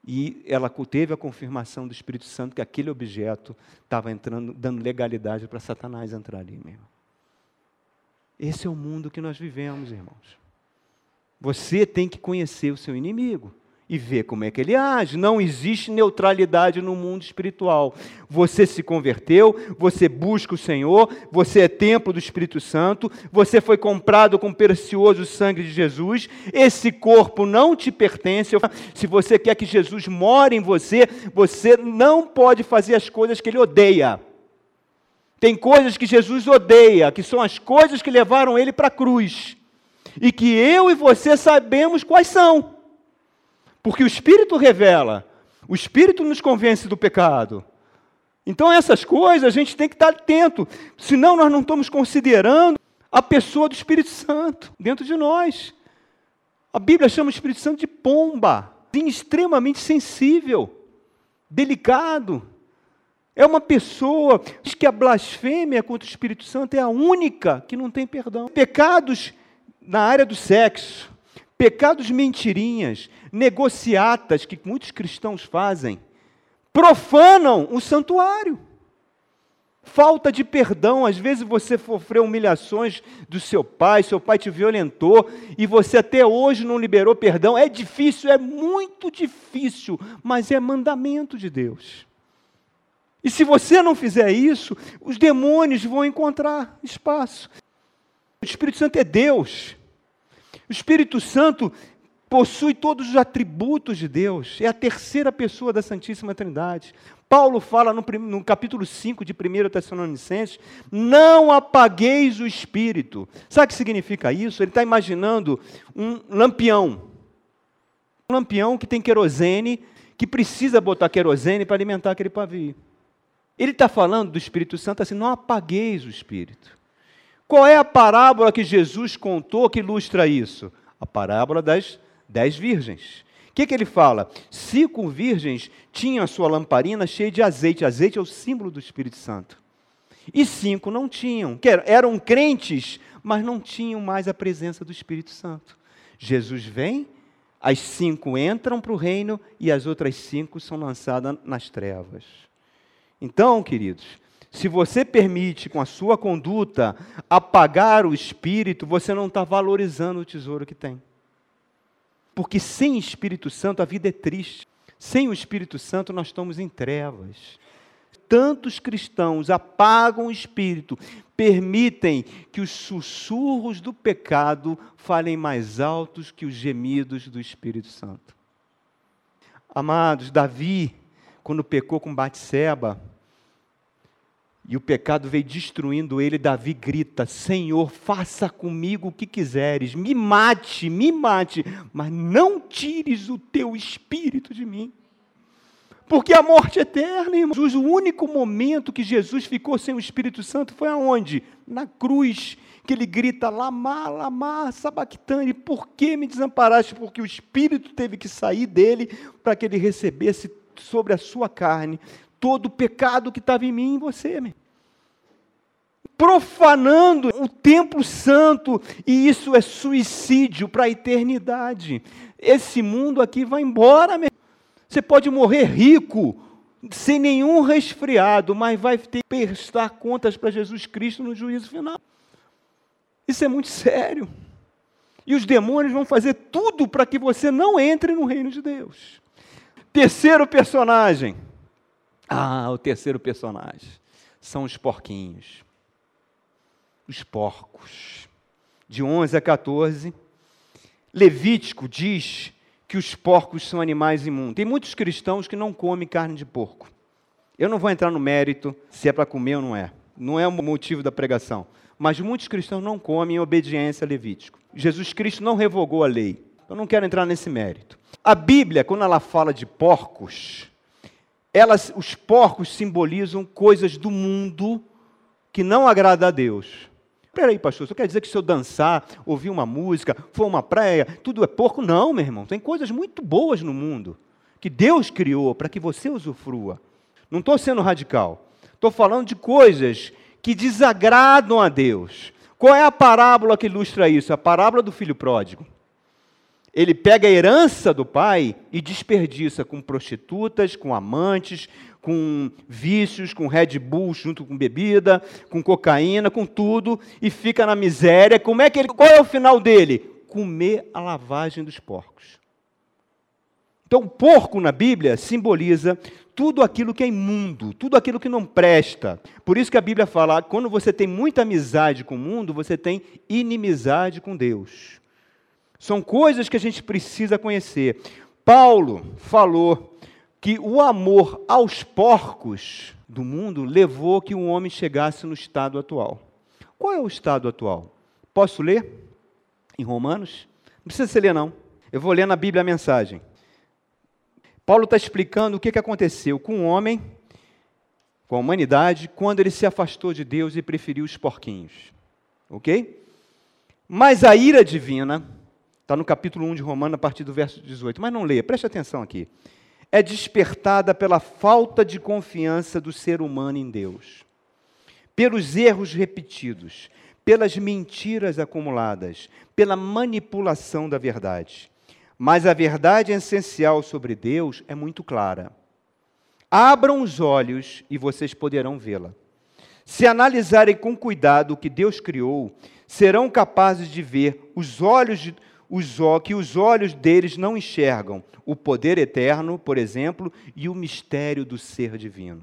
E ela teve a confirmação do Espírito Santo que aquele objeto estava entrando, dando legalidade para Satanás entrar ali mesmo. Esse é o mundo que nós vivemos, irmãos. Você tem que conhecer o seu inimigo e ver como é que ele age. Não existe neutralidade no mundo espiritual. Você se converteu, você busca o Senhor, você é templo do Espírito Santo, você foi comprado com o precioso sangue de Jesus, esse corpo não te pertence. Se você quer que Jesus more em você, você não pode fazer as coisas que ele odeia. Tem coisas que Jesus odeia, que são as coisas que levaram ele para a cruz, e que eu e você sabemos quais são. Porque o Espírito revela, o Espírito nos convence do pecado. Então essas coisas a gente tem que estar atento, senão nós não estamos considerando a pessoa do Espírito Santo dentro de nós. A Bíblia chama o Espírito Santo de pomba, extremamente sensível, delicado. É uma pessoa que a blasfêmia contra o Espírito Santo é a única que não tem perdão. Pecados na área do sexo, pecados mentirinhas, negociatas que muitos cristãos fazem, profanam o santuário. Falta de perdão, às vezes você sofreu humilhações do seu pai te violentou, e você até hoje não liberou perdão. É difícil, é muito difícil, mas é mandamento de Deus. E se você não fizer isso, os demônios vão encontrar espaço. O Espírito Santo é Deus. O Espírito Santo possui todos os atributos de Deus. É a terceira pessoa da Santíssima Trindade. Paulo fala no capítulo 5 de 1 Tessalonicenses, não apagueis o Espírito. Sabe o que significa isso? Ele está imaginando um lampião. Um lampião que tem querosene, que precisa botar querosene para alimentar aquele pavio. Ele está falando do Espírito Santo assim, não apagueis o Espírito. Qual é a parábola que Jesus contou que ilustra isso? A parábola das 10 virgens. O que ele fala? 5 virgens tinham a sua lamparina cheia de azeite. Azeite é o símbolo do Espírito Santo. E 5 não tinham. Eram crentes, mas não tinham mais a presença do Espírito Santo. Jesus vem, as 5 entram para o reino e as outras 5 são lançadas nas trevas. Então, queridos, se você permite com a sua conduta apagar o Espírito, você não está valorizando o tesouro que tem. Porque sem Espírito Santo a vida é triste. Sem o Espírito Santo nós estamos em trevas. Tantos cristãos apagam o Espírito, permitem que os sussurros do pecado falem mais altos que os gemidos do Espírito Santo. Amados, Davi, quando pecou com Batseba, e o pecado veio destruindo ele, Davi grita, Senhor, faça comigo o que quiseres, me mate, mas não tires o teu Espírito de mim. Porque a morte é eterna, irmão. O único momento que Jesus ficou sem o Espírito Santo foi aonde? Na cruz, que ele grita, Lama, sabactane, por que me desamparaste? Porque o Espírito teve que sair dele para que ele recebesse sobre a sua carne todo o pecado que estava em mim e em você, meu. Profanando o templo santo, e isso é suicídio para a eternidade. Esse mundo aqui vai embora, meu. Você pode morrer rico, sem nenhum resfriado, mas vai ter que prestar contas para Jesus Cristo no juízo final. Isso é muito sério. E os demônios vão fazer tudo para que você não entre no reino de Deus. Terceiro personagem. O terceiro personagem são os porquinhos. Os porcos. De 11 a 14, Levítico diz que os porcos são animais imundos. Tem muitos cristãos que não comem carne de porco. Eu não vou entrar no mérito se é para comer ou não é. Não é o motivo da pregação. Mas muitos cristãos não comem em obediência a Levítico. Jesus Cristo não revogou a lei. Eu não quero entrar nesse mérito. A Bíblia, quando ela fala de porcos, os porcos simbolizam coisas do mundo que não agrada a Deus. Espera aí, pastor, você quer dizer que se eu dançar, ouvir uma música, for uma praia, tudo é porco? Não, meu irmão, tem coisas muito boas no mundo, que Deus criou para que você usufrua. Não estou sendo radical, estou falando de coisas que desagradam a Deus. Qual é a parábola que ilustra isso? A parábola do filho pródigo. Ele pega a herança do pai e desperdiça com prostitutas, com amantes, com vícios, com Red Bull junto com bebida, com cocaína, com tudo, e fica na miséria. Qual é o final dele? Comer a lavagem dos porcos. Então, o porco na Bíblia simboliza tudo aquilo que é imundo, tudo aquilo que não presta. Por isso que a Bíblia fala, quando você tem muita amizade com o mundo, você tem inimizade com Deus. São coisas que a gente precisa conhecer. Paulo falou que o amor aos porcos do mundo levou que o homem chegasse no estado atual. Qual é o estado atual? Posso ler? Em Romanos? Não precisa você ler, não. Eu vou ler na Bíblia a mensagem. Paulo está explicando o que aconteceu com o homem, com a humanidade, quando ele se afastou de Deus e preferiu os porquinhos. Ok? Mas a ira divina, está no capítulo 1 de Romanos, a partir do verso 18, mas não leia, preste atenção aqui. É despertada pela falta de confiança do ser humano em Deus, pelos erros repetidos, pelas mentiras acumuladas, pela manipulação da verdade. Mas a verdade essencial sobre Deus é muito clara. Abram os olhos e vocês poderão vê-la. Se analisarem com cuidado o que Deus criou, serão capazes de ver que os olhos deles não enxergam, o poder eterno, por exemplo, e o mistério do ser divino.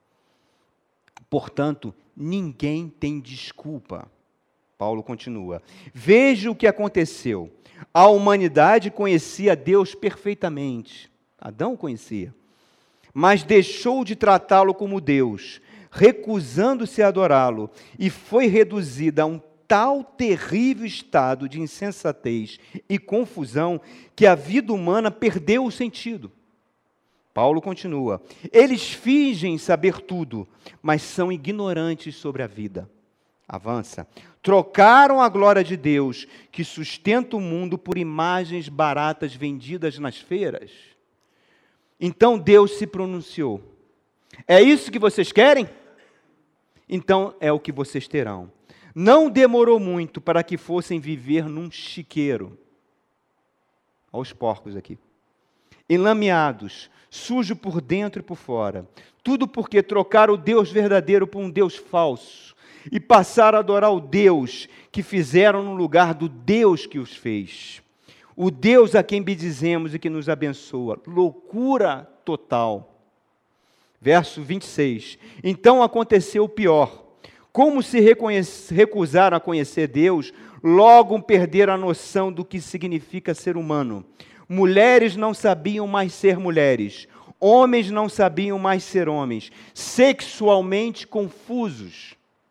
Portanto, ninguém tem desculpa. Paulo continua. Veja o que aconteceu. A humanidade conhecia Deus perfeitamente. Adão o conhecia. Mas deixou de tratá-lo como Deus, recusando-se a adorá-lo, e foi reduzida a um tal terrível estado de insensatez e confusão que a vida humana perdeu o sentido. Paulo continua. Eles fingem saber tudo, mas são ignorantes sobre a vida. Avança. Trocaram a glória de Deus, que sustenta o mundo, por imagens baratas vendidas nas feiras. Então Deus se pronunciou. É isso que vocês querem? Então é o que vocês terão. Não demorou muito para que fossem viver num chiqueiro. Olha os porcos aqui. Enlameados, sujo por dentro e por fora. Tudo porque trocaram o Deus verdadeiro por um Deus falso. E passaram a adorar o Deus que fizeram no lugar do Deus que os fez. O Deus a quem bendizemos e que nos abençoa. Loucura total. Verso 26. Então aconteceu o pior. Como se recusaram a conhecer Deus, logo perderam a noção do que significa ser humano. Mulheres não sabiam mais ser mulheres. Homens não sabiam mais ser homens. Sexualmente confusos.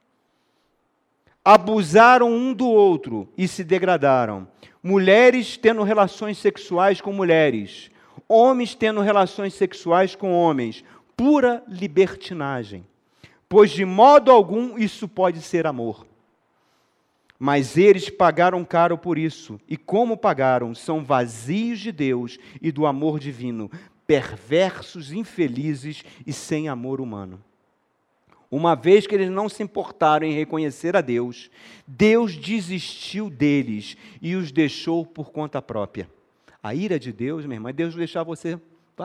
Abusaram um do outro e se degradaram. Mulheres tendo relações sexuais com mulheres. Homens tendo relações sexuais com homens. Pura libertinagem. Pois de modo algum isso pode ser amor. Mas eles pagaram caro por isso. E como pagaram, são vazios de Deus e do amor divino. Perversos, infelizes e sem amor humano. Uma vez que eles não se importaram em reconhecer a Deus, Deus desistiu deles e os deixou por conta própria. A ira de Deus, minha irmã, é Deus deixar você,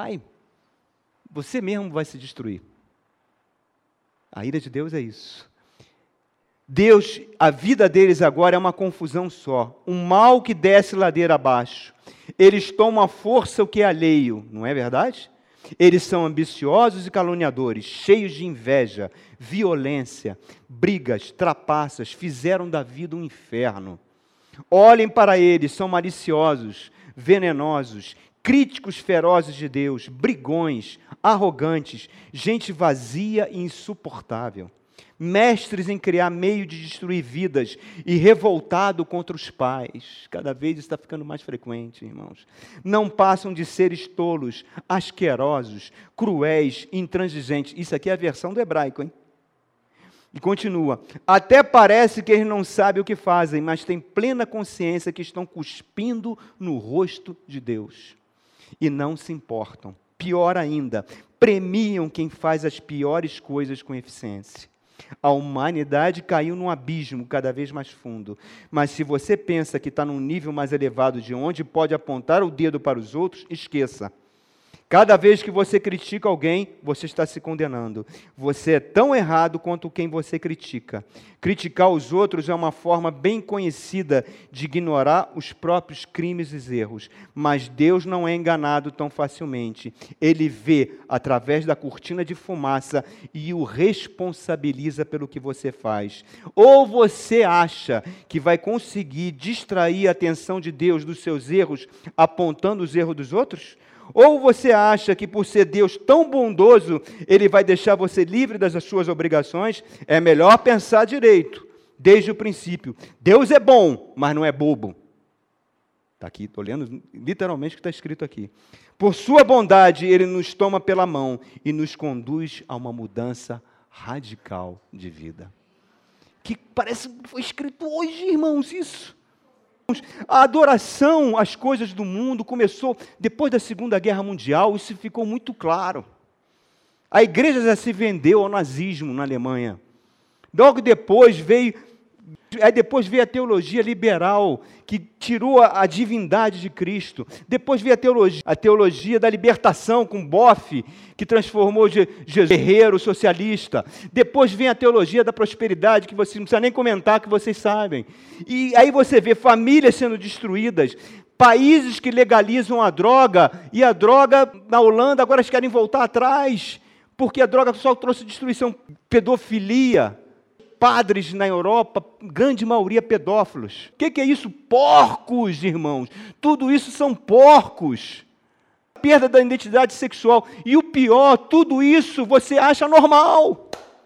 você mesmo vai se destruir. A ira de Deus é isso. Deus, a vida deles agora é uma confusão só, um mal que desce ladeira abaixo. Eles tomam a força o que é alheio, não é verdade? Eles são ambiciosos e caluniadores, cheios de inveja, violência, brigas, trapaças, fizeram da vida um inferno. Olhem para eles, são maliciosos, venenosos, críticos ferozes de Deus, brigões, arrogantes, gente vazia e insuportável. Mestres em criar meio de destruir vidas e revoltado contra os pais. Cada vez isso está ficando mais frequente, irmãos. Não passam de seres tolos, asquerosos, cruéis, intransigentes. Isso aqui é a versão do hebraico, hein? E continua. Até parece que eles não sabem o que fazem, mas têm plena consciência que estão cuspindo no rosto de Deus. E não se importam. Pior ainda, premiam quem faz as piores coisas com eficiência. A humanidade caiu num abismo cada vez mais fundo. Mas se você pensa que está num nível mais elevado de onde pode apontar o dedo para os outros, esqueça. Cada vez que você critica alguém, você está se condenando. Você é tão errado quanto quem você critica. Criticar os outros é uma forma bem conhecida de ignorar os próprios crimes e erros. Mas Deus não é enganado tão facilmente. Ele vê através da cortina de fumaça e o responsabiliza pelo que você faz. Ou você acha que vai conseguir distrair a atenção de Deus dos seus erros, apontando os erros dos outros? Ou você acha que por ser Deus tão bondoso, Ele vai deixar você livre das suas obrigações? É melhor pensar direito, desde o princípio. Deus é bom, mas não é bobo. Está aqui, estou lendo literalmente o que está escrito aqui. Por sua bondade, Ele nos toma pela mão e nos conduz a uma mudança radical de vida. Que parece que foi escrito hoje, irmãos, isso. A adoração às coisas do mundo começou depois da Segunda Guerra Mundial, isso ficou muito claro. A igreja já se vendeu ao nazismo na Alemanha. Logo depois veio a teologia liberal, que tirou a divindade de Cristo. Depois veio a teologia da libertação, com Boff, que transformou Jesus guerreiro socialista. Depois vem a teologia da prosperidade, que você não precisa nem comentar, que vocês sabem. E aí você vê famílias sendo destruídas, países que legalizam a droga, e a droga na Holanda agora eles querem voltar atrás, porque a droga só trouxe destruição, pedofilia. Padres na Europa, grande maioria pedófilos. O que é isso? Porcos, irmãos. Tudo isso são porcos. Perda da identidade sexual. E o pior, tudo isso você acha normal.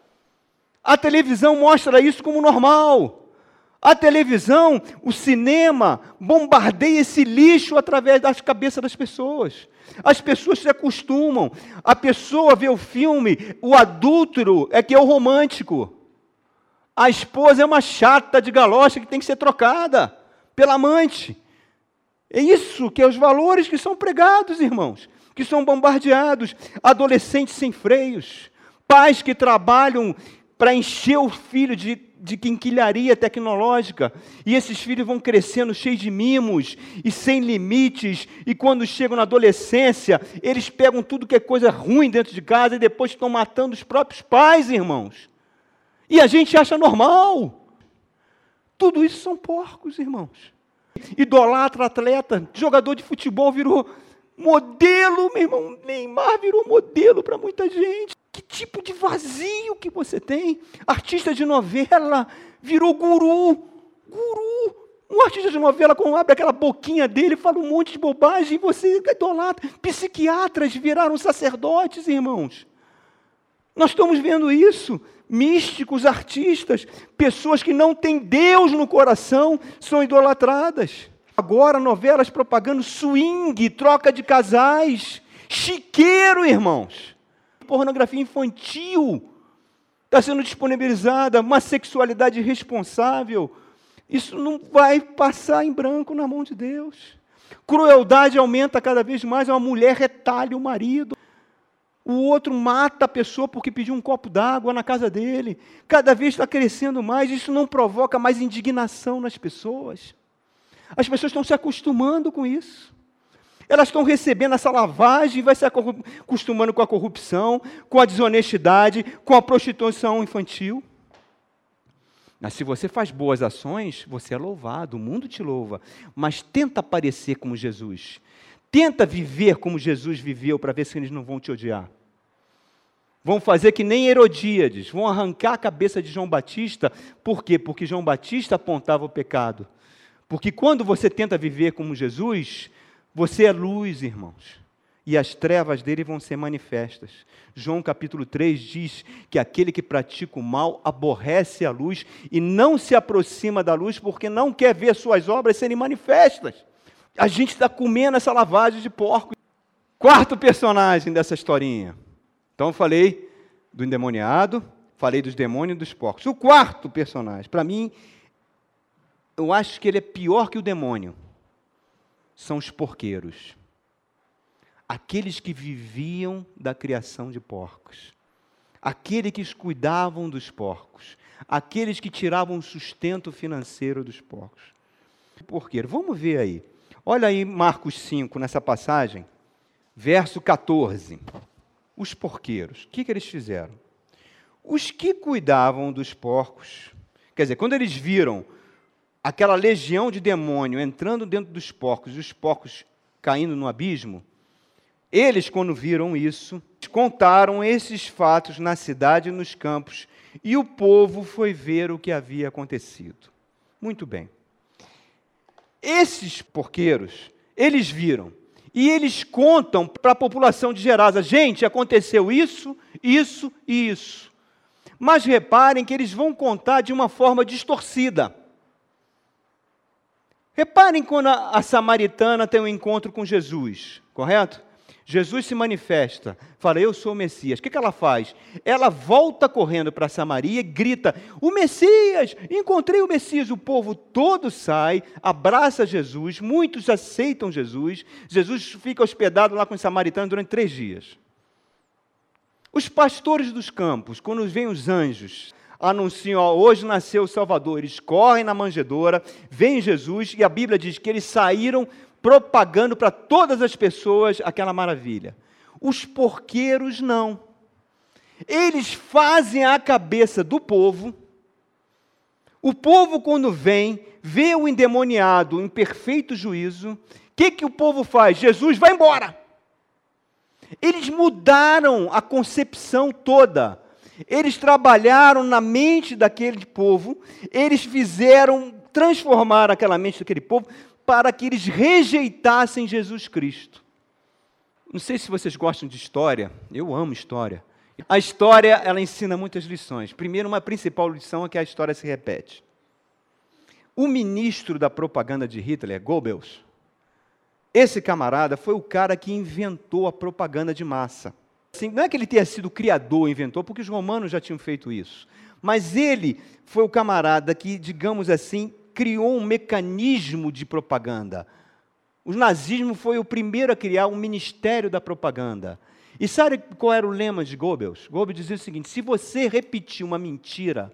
A televisão mostra isso como normal. A televisão, o cinema, bombardeia esse lixo através das cabeças das pessoas. As pessoas se acostumam. A pessoa vê o filme, o adúltero é que é o romântico. A esposa é uma chata de galocha que tem que ser trocada pela amante. É isso que é os valores que são pregados, irmãos, que são bombardeados. Adolescentes sem freios, pais que trabalham para encher o filho de quinquilharia tecnológica, e esses filhos vão crescendo cheios de mimos e sem limites, e quando chegam na adolescência, eles pegam tudo que é coisa ruim dentro de casa e depois estão matando os próprios pais, irmãos. E a gente acha normal. Tudo isso são porcos, irmãos. Idolatra, atleta, jogador de futebol virou modelo, meu irmão. Neymar virou modelo para muita gente. Que tipo de vazio que você tem? Artista de novela virou guru. Guru. Um artista de novela, quando abre aquela boquinha dele, fala um monte de bobagem, e você idolatra. Psiquiatras viraram sacerdotes, irmãos. Nós estamos vendo isso. Místicos, artistas, pessoas que não têm Deus no coração, são idolatradas. Agora, novelas propagando swing, troca de casais, chiqueiro, irmãos. Pornografia infantil está sendo disponibilizada, uma sexualidade irresponsável. Isso não vai passar em branco na mão de Deus. Crueldade aumenta cada vez mais, uma mulher retalha o marido. O outro mata a pessoa porque pediu um copo d'água na casa dele. Cada vez está crescendo mais, isso não provoca mais indignação nas pessoas. As pessoas estão se acostumando com isso. Elas estão recebendo essa lavagem e vai se acostumando com a corrupção, com a desonestidade, com a prostituição infantil. Mas se você faz boas ações, você é louvado, o mundo te louva. Mas tenta parecer como Jesus. Tenta viver como Jesus viveu para ver se eles não vão te odiar. Vão fazer que nem Herodíades, vão arrancar a cabeça de João Batista. Por quê? Porque João Batista apontava o pecado. Porque quando você tenta viver como Jesus, você é luz, irmãos. E as trevas dele vão ser manifestas. João capítulo 3 diz que aquele que pratica o mal aborrece a luz e não se aproxima da luz porque não quer ver suas obras serem manifestas. A gente está comendo essa lavagem de porco. Quarto personagem dessa historinha. Então eu falei do endemoniado, falei dos demônios e dos porcos. O quarto personagem, para mim, eu acho que ele é pior que o demônio. São os porqueiros. Aqueles que viviam da criação de porcos. aqueles que cuidavam dos porcos, aqueles que tiravam o sustento financeiro dos porcos. Porqueiro, vamos ver aí. Olha aí Marcos 5, nessa passagem, verso 14. Os porqueiros, o que eles fizeram? Os que cuidavam dos porcos, quer dizer, quando eles viram aquela legião de demônio entrando dentro dos porcos e os porcos caindo no abismo, eles, quando viram isso, contaram esses fatos na cidade e nos campos, e o povo foi ver o que havia acontecido. Muito bem. Esses porqueiros, eles viram, e eles contam para a população de Gerasa: gente, aconteceu isso, isso e isso. Mas reparem que eles vão contar de uma forma distorcida. Reparem quando a samaritana tem um encontro com Jesus, correto? Jesus se manifesta, fala: eu sou o Messias. O que ela faz? Ela volta correndo para Samaria e grita: o Messias, encontrei o Messias. O povo todo sai, abraça Jesus, muitos aceitam Jesus. Jesus fica hospedado lá com os samaritanos durante 3 dias. Os pastores dos campos, quando vêm os anjos, anunciam: ó, hoje nasceu o Salvador. Eles correm na manjedoura, veem Jesus, e a Bíblia diz que eles saíram propagando para todas as pessoas aquela maravilha. Os porqueiros não. Eles fazem a cabeça do povo. O povo, quando vem, vê o endemoniado em perfeito juízo. O que o povo faz? Jesus, vai embora. Eles mudaram a concepção toda. Eles trabalharam na mente daquele povo. Eles transformar aquela mente daquele povo para que eles rejeitassem Jesus Cristo. Não sei se vocês gostam de história, eu amo história. A história, ela ensina muitas lições. Primeiro, uma principal lição é que a história se repete. O ministro da propaganda de Hitler, Goebbels, esse camarada foi o cara que inventou a propaganda de massa. Assim, não é que ele tenha sido criador, inventor, porque os romanos já tinham feito isso. Mas ele foi o camarada que, digamos assim, criou um mecanismo de propaganda. O nazismo foi o primeiro a criar um ministério da propaganda. E sabe qual era o lema de Goebbels? Goebbels dizia o seguinte: se você repetir uma mentira,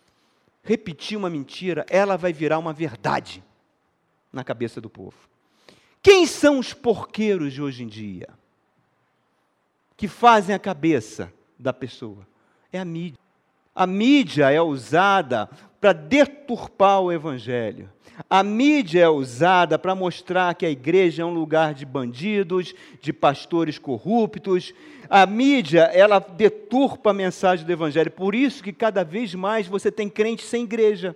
ela vai virar uma verdade na cabeça do povo. Quem são os porqueiros de hoje em dia? Que fazem a cabeça da pessoa? É a mídia. A mídia é usada para deturpar o Evangelho. A mídia é usada para mostrar que a igreja é um lugar de bandidos, de pastores corruptos. A mídia, ela deturpa a mensagem do Evangelho. Por isso que cada vez mais você tem crentes sem igreja.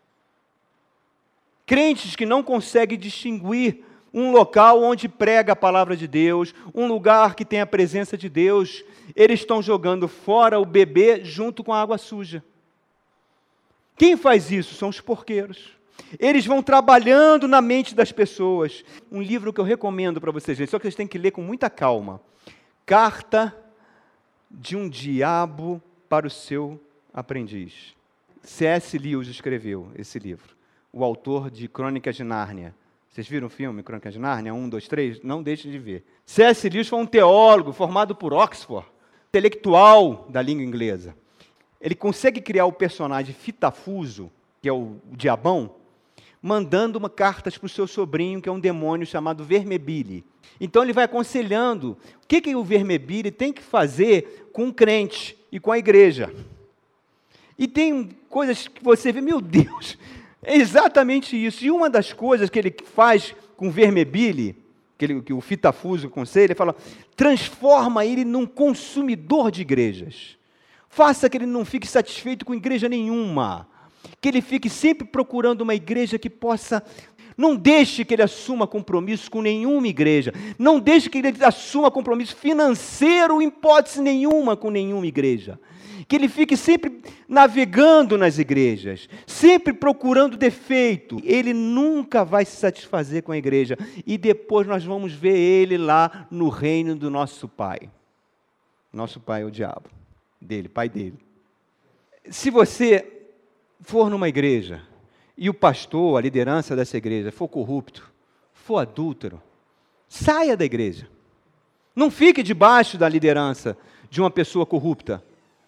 Crentes que não conseguem distinguir um local onde prega a palavra de Deus, um lugar que tem a presença de Deus. Eles estão jogando fora o bebê junto com a água suja. Quem faz isso? São os porqueiros. Eles vão trabalhando na mente das pessoas. Um livro que eu recomendo para vocês, gente, só que vocês têm que ler com muita calma. Carta de um Diabo para o Seu Aprendiz. C.S. Lewis escreveu esse livro. O autor de Crônicas de Nárnia. Vocês viram o filme Crônicas de Nárnia? 1, 2, 3? Não deixem de ver. C.S. Lewis foi um teólogo formado por Oxford, intelectual da língua inglesa. Ele consegue criar o personagem Fitafuso, que é o diabão, mandando cartas para o seu sobrinho, que é um demônio chamado Vermebile. Então ele vai aconselhando o que o Vermebile tem que fazer com o crente e com a igreja. E tem coisas que você vê, meu Deus, é exatamente isso. E uma das coisas que ele faz com o Vermebile, que o Fitafuso aconselha, ele fala: transforma ele num consumidor de igrejas. Faça que ele não fique satisfeito com igreja nenhuma. Que ele fique sempre procurando uma igreja que possa... Não deixe que ele assuma compromisso com nenhuma igreja. Não deixe que ele assuma compromisso financeiro, em hipótese nenhuma, com nenhuma igreja. Que ele fique sempre navegando nas igrejas, sempre procurando defeito. Ele nunca vai se satisfazer com a igreja. E depois nós vamos ver ele lá no reino do nosso pai. Nosso pai é o diabo. Pai dele. Se você for numa igreja e o pastor, a liderança dessa igreja, for corrupto, for adúltero, saia da igreja. Não fique debaixo da liderança de uma pessoa corrupta.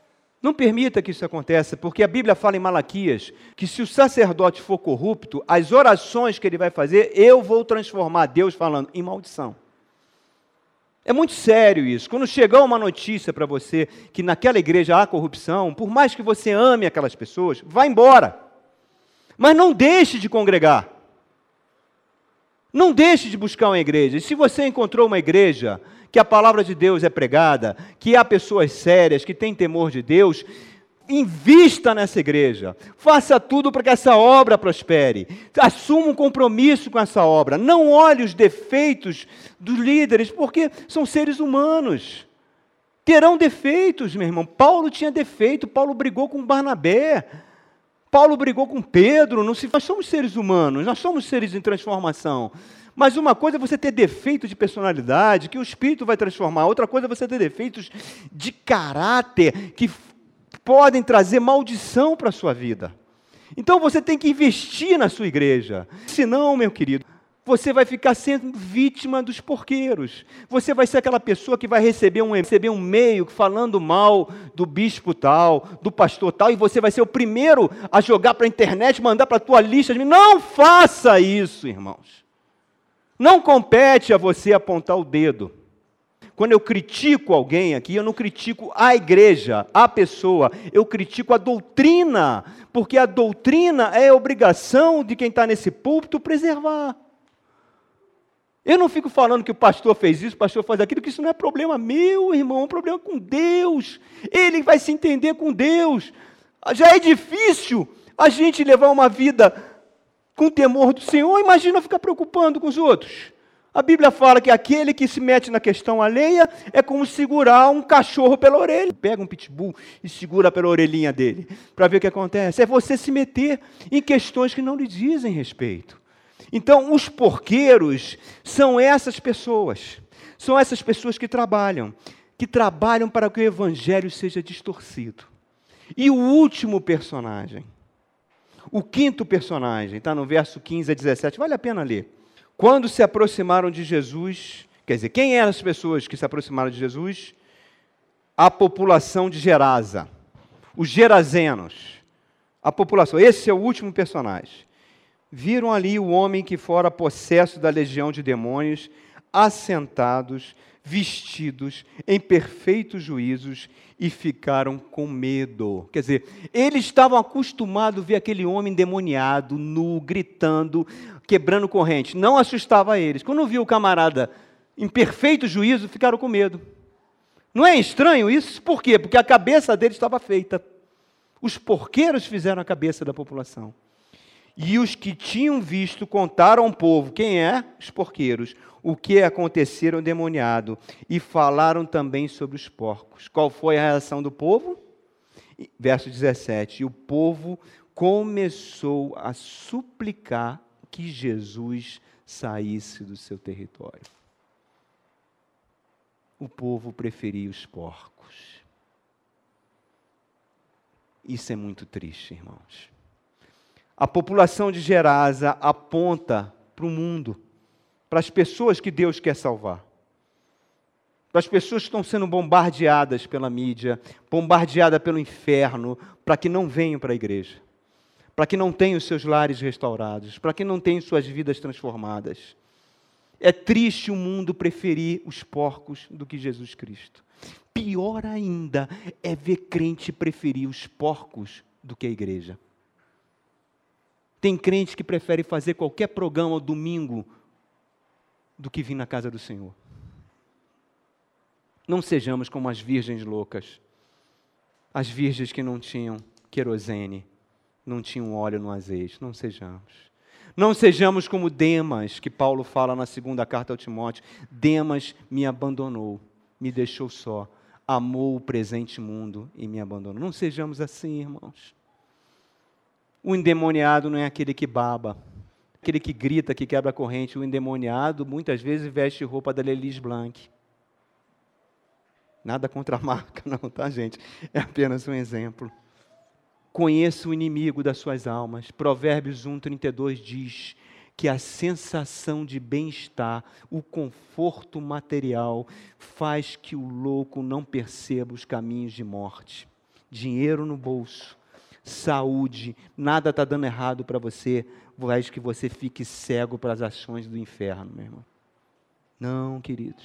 Não permita que isso aconteça, porque a Bíblia fala em Malaquias que se o sacerdote for corrupto, as orações que ele vai fazer, eu vou transformar, Deus falando, em maldição. É muito sério isso. Quando chegar uma notícia para você que naquela igreja há corrupção, por mais que você ame aquelas pessoas, vá embora. Mas não deixe de congregar. Não deixe de buscar uma igreja. E se você encontrou uma igreja que a palavra de Deus é pregada, que há pessoas sérias, que têm temor de Deus, invista nessa igreja. Faça tudo para que essa obra prospere. Assuma um compromisso com essa obra. Não olhe os defeitos dos líderes, porque são seres humanos. Terão defeitos, meu irmão. Paulo tinha defeito. Paulo brigou com Barnabé. Paulo brigou com Pedro. Nós somos seres humanos. Nós somos seres em transformação. Mas uma coisa é você ter defeitos de personalidade, que o Espírito vai transformar. Outra coisa é você ter defeitos de caráter, que podem trazer maldição para a sua vida. Então você tem que investir na sua igreja. Senão, meu querido, você vai ficar sendo vítima dos porqueiros. Você vai ser aquela pessoa que vai receber um e-mail falando mal do bispo tal, do pastor tal, e você vai ser o primeiro a jogar para a internet, mandar para a tua lista. Não faça isso, irmãos. Não compete a você apontar o dedo. Quando eu critico alguém aqui, eu não critico a igreja, a pessoa, eu critico a doutrina, porque a doutrina é a obrigação de quem está nesse púlpito preservar. Eu não fico falando que o pastor fez isso, o pastor faz aquilo, que isso não é problema meu, irmão, é um problema com Deus. Ele vai se entender com Deus. Já é difícil a gente levar uma vida com temor do Senhor, imagina ficar preocupando com os outros. A Bíblia fala que aquele que se mete na questão alheia é como segurar um cachorro pela orelha. Pega um pitbull e segura pela orelhinha dele, para ver o que acontece. É você se meter em questões que não lhe dizem respeito. Então, os porqueiros são essas pessoas. São essas pessoas que trabalham para que o evangelho seja distorcido. E o último personagem, o quinto personagem, está no verso 15 a 17, vale a pena ler. Quando se aproximaram de Jesus, quer dizer, quem eram as pessoas que se aproximaram de Jesus? A população de Gerasa, os gerazenos, a população, esse é o último personagem. Viram ali o homem que fora possesso da legião de demônios, assentados, vestidos, em perfeitos juízos, e ficaram com medo. Quer dizer, eles estavam acostumados a ver aquele homem endemoniado, nu, gritando, quebrando corrente. Não assustava eles. Quando viu o camarada em perfeito juízo, ficaram com medo. Não é estranho isso? Por quê? Porque a cabeça deles estava feita. Os porqueiros fizeram a cabeça da população. E os que tinham visto contaram ao povo, quem é? Os porqueiros, o que acontecera ao endemoniado, e falaram também sobre os porcos. Qual foi a reação do povo? Verso 17, e o povo começou a suplicar que Jesus saísse do seu território. O povo preferia os porcos. Isso é muito triste, irmãos. A população de Gerasa aponta para o mundo, para as pessoas que Deus quer salvar, para as pessoas que estão sendo bombardeadas pela mídia, bombardeadas pelo inferno, para que não venham para a igreja, para que não tenham os seus lares restaurados, para que não tenham suas vidas transformadas. É triste o mundo preferir os porcos do que Jesus Cristo. Pior ainda é ver crente preferir os porcos do que a igreja. Tem crente que prefere fazer qualquer programa ao domingo do que vir na casa do Senhor. Não sejamos como as virgens loucas. As virgens que não tinham querosene, não tinham óleo no azeite. Não sejamos. Não sejamos como Demas, que Paulo fala na segunda carta ao Timóteo. Demas me abandonou, me deixou só, amou o presente mundo e me abandonou. Não sejamos assim, irmãos. O endemoniado não é aquele que baba, aquele que grita, que quebra a corrente. O endemoniado, muitas vezes, veste roupa da Lelis Blanc. Nada contra a marca, não, tá, gente? É apenas um exemplo. Conheça o inimigo das suas almas. Provérbios 1:32 diz que a sensação de bem-estar, o conforto material, faz que o louco não perceba os caminhos de morte. dinheiro no bolso, saúde, nada está dando errado para você, faz que você fique cego para as ações do inferno, meu irmão. Não, queridos,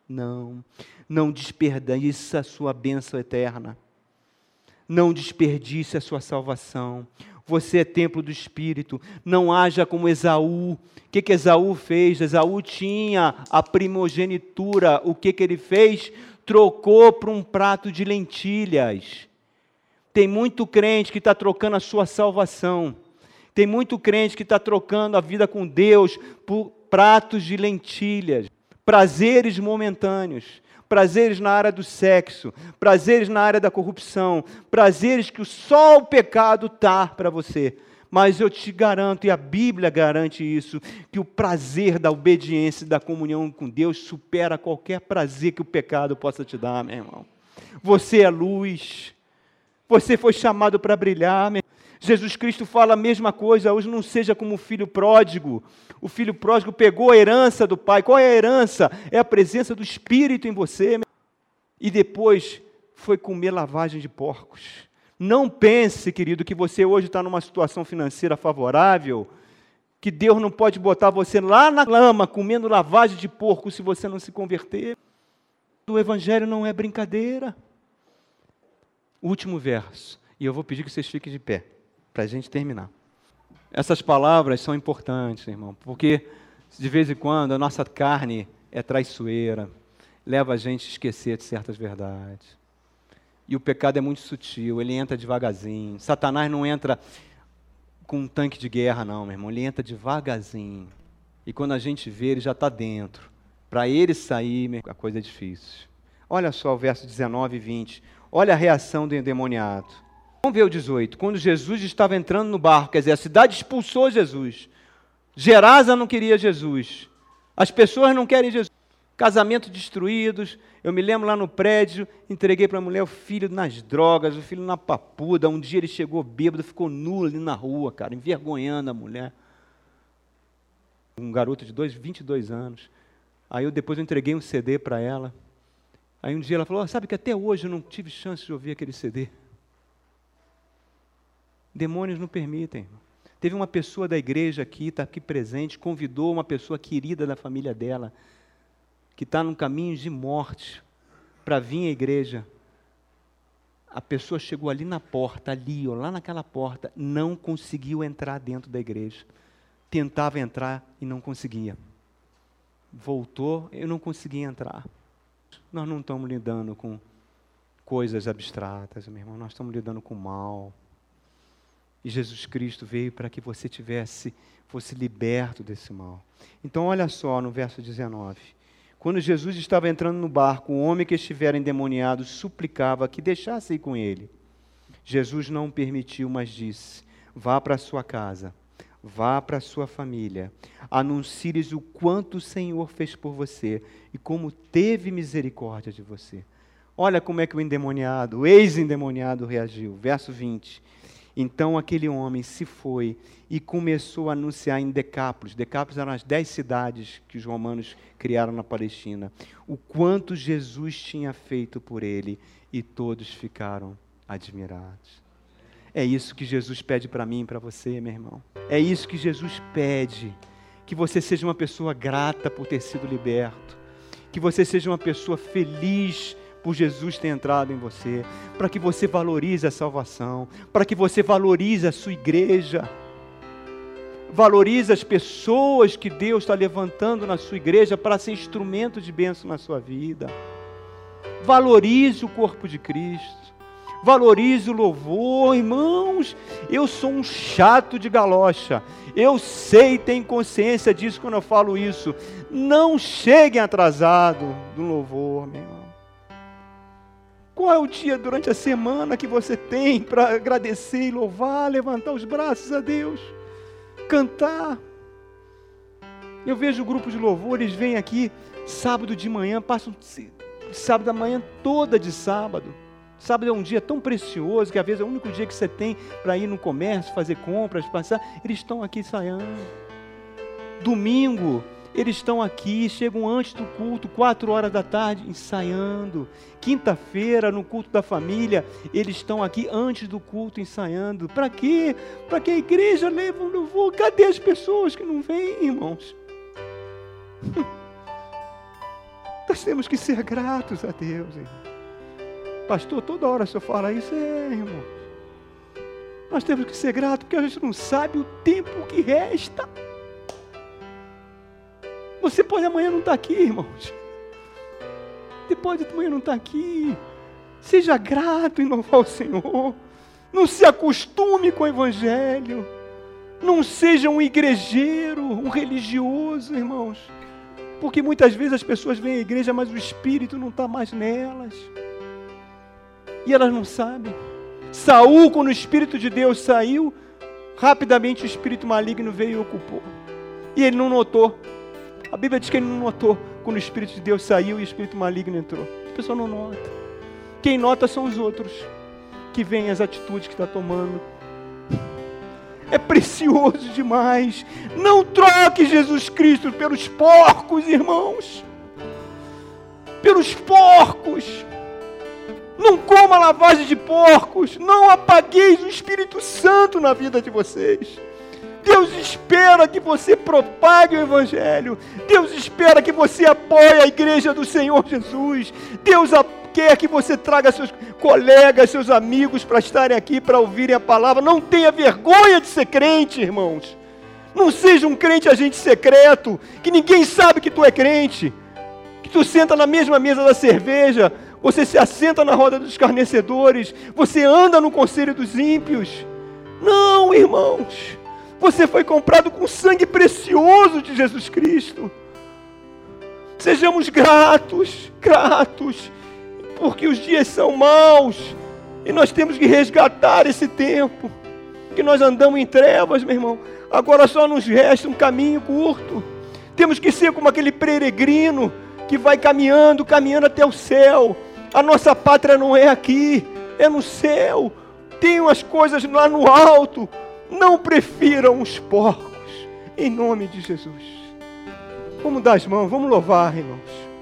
não desperdice a sua bênção eterna, não desperdice a sua salvação. Você é templo do Espírito, não haja como Esaú. O que Esaú fez? Esaú tinha a primogenitura, o que ele fez? Trocou por um prato de lentilhas. Tem muito crente que está trocando a sua salvação, tem muito crente que está trocando a vida com Deus por pratos de lentilhas, prazeres momentâneos, prazeres na área do sexo, prazeres na área da corrupção, prazeres que só o pecado dá para você. Mas eu te garanto, e a Bíblia garante isso, que o prazer da obediência e da comunhão com Deus supera qualquer prazer que o pecado possa te dar, meu irmão. Você é luz, você foi chamado para brilhar, meu irmão. Jesus Cristo fala a mesma coisa, hoje não seja como o filho pródigo. O filho pródigo pegou a herança do pai. Qual é a herança? É a presença do Espírito em você. E depois foi comer lavagem de porcos. Não pense, querido, que você hoje está numa situação financeira favorável, que Deus não pode botar você lá na lama comendo lavagem de porco se você não se converter. O Evangelho não é brincadeira. Último verso, e eu vou pedir que vocês fiquem de pé, para a gente terminar. Essas palavras são importantes, irmão, porque de vez em quando a nossa carne é traiçoeira, leva a gente a esquecer de certas verdades. E o pecado é muito sutil, ele entra devagarzinho. Satanás não entra com um tanque de guerra, não, meu irmão, ele entra devagarzinho. E quando a gente vê, ele já está dentro. Para ele sair, a coisa é difícil. Olha só o verso 19 e 20. Olha a reação do endemoniado. Vamos ver o 18. Quando Jesus estava entrando no barco, quer dizer, a cidade expulsou Jesus. Gerasa não queria Jesus. As pessoas não querem Jesus. Casamentos destruídos. Eu me lembro lá no prédio, entreguei para a mulher o filho nas drogas, o filho na papuda. Um dia ele chegou bêbado, ficou nu ali na rua, cara, envergonhando a mulher. Um garoto de 22 anos. Aí depois eu entreguei um CD para ela. Aí um dia ela falou, sabe que até hoje eu não tive chance de ouvir aquele CD. Demônios não permitem. Teve uma pessoa da igreja aqui, está aqui presente, convidou uma pessoa querida da família dela, que está num caminho de morte, para vir à igreja. A pessoa chegou ali na porta, ali, ó, lá naquela porta, não conseguiu entrar dentro da igreja. Tentava entrar e não conseguia. Voltou, eu não conseguia entrar. Nós não estamos lidando com coisas abstratas, meu irmão, nós estamos lidando com o mal. E Jesus Cristo veio para que você fosse liberto desse mal. Então olha só no verso 19. Quando Jesus estava entrando no barco, o homem que estivera endemoniado suplicava que deixasse ir com ele. Jesus não permitiu, mas disse, vá para a sua casa, vá para a sua família, anuncie-lhes o quanto o Senhor fez por você e como teve misericórdia de você. Olha como é que o endemoniado, o ex-endemoniado reagiu. Verso 20. Então aquele homem se foi e começou a anunciar em Decápolis. Decápolis eram as 10 cidades que os romanos criaram na Palestina. O quanto Jesus tinha feito por ele e todos ficaram admirados. É isso que Jesus pede para mim e para você, meu irmão. É isso que Jesus pede. Que você seja uma pessoa grata por ter sido liberto. Que você seja uma pessoa feliz por Jesus ter entrado em você, para que você valorize a salvação, para que você valorize a sua igreja, valorize as pessoas que Deus está levantando na sua igreja para ser instrumento de bênção na sua vida. Valorize o corpo de Cristo, valorize o louvor, irmãos. Eu sou um chato de galocha, eu sei, tenho consciência disso quando eu falo isso. Não cheguem atrasado do louvor, meu irmão. Qual é o dia durante a semana que você tem para agradecer e louvar, levantar os braços a Deus, cantar? Eu vejo o grupo de louvor, eles vêm aqui sábado de manhã, passam sábado da manhã toda de sábado. Sábado é um dia tão precioso que às vezes é o único dia que você tem para ir no comércio, fazer compras, passar. Eles estão aqui ensaiando. Domingo Eles estão aqui, chegam antes do culto, 4 horas da tarde, ensaiando. Quinta-feira, no culto da família, eles estão aqui antes do culto, ensaiando. Para quê? Para que a igreja leve um louvor. Cadê as pessoas que não vêm, irmãos? Nós temos que ser gratos a Deus, irmão. Pastor, toda hora o senhor fala isso, irmão. Nós temos que ser gratos, porque a gente não sabe o tempo que resta. Você pode amanhã não estar aqui, irmãos. Você pode amanhã não estar aqui. Seja grato em louvar o Senhor. Não se acostume com o Evangelho. Não seja um igrejeiro, um religioso, irmãos. Porque muitas vezes as pessoas vêm à igreja, mas o Espírito não está mais nelas. E elas não sabem. Saul, quando o Espírito de Deus saiu, rapidamente o espírito maligno veio e ocupou. E ele não notou. A Bíblia diz que ele não notou quando o Espírito de Deus saiu e o espírito maligno entrou. A pessoa não nota. Quem nota são os outros, que veem as atitudes que está tomando. É precioso demais. Não troque Jesus Cristo pelos porcos, irmãos. Pelos porcos. Não coma lavagem de porcos. Não apagueis o Espírito Santo na vida de vocês. Deus espera que você propague o Evangelho. Deus espera que você apoie a igreja do Senhor Jesus. Deus quer que você traga seus colegas, seus amigos para estarem aqui, para ouvirem a palavra. Não tenha vergonha de ser crente, irmãos. Não seja um crente agente secreto, que ninguém sabe que tu é crente. Que tu senta na mesma mesa da cerveja, você se assenta na roda dos escarnecedores, você anda no conselho dos ímpios. Não, irmãos. Você foi comprado com o sangue precioso de Jesus Cristo. Sejamos gratos, porque os dias são maus, e nós temos que resgatar esse tempo, que nós andamos em trevas, meu irmão. Agora só nos resta um caminho curto. Temos que ser como aquele peregrino, que vai caminhando até o céu. A nossa pátria não é aqui, é no céu. Tem umas coisas lá no alto. Não prefiram os porcos, em nome de Jesus. Vamos dar as mãos, vamos louvar, irmãos.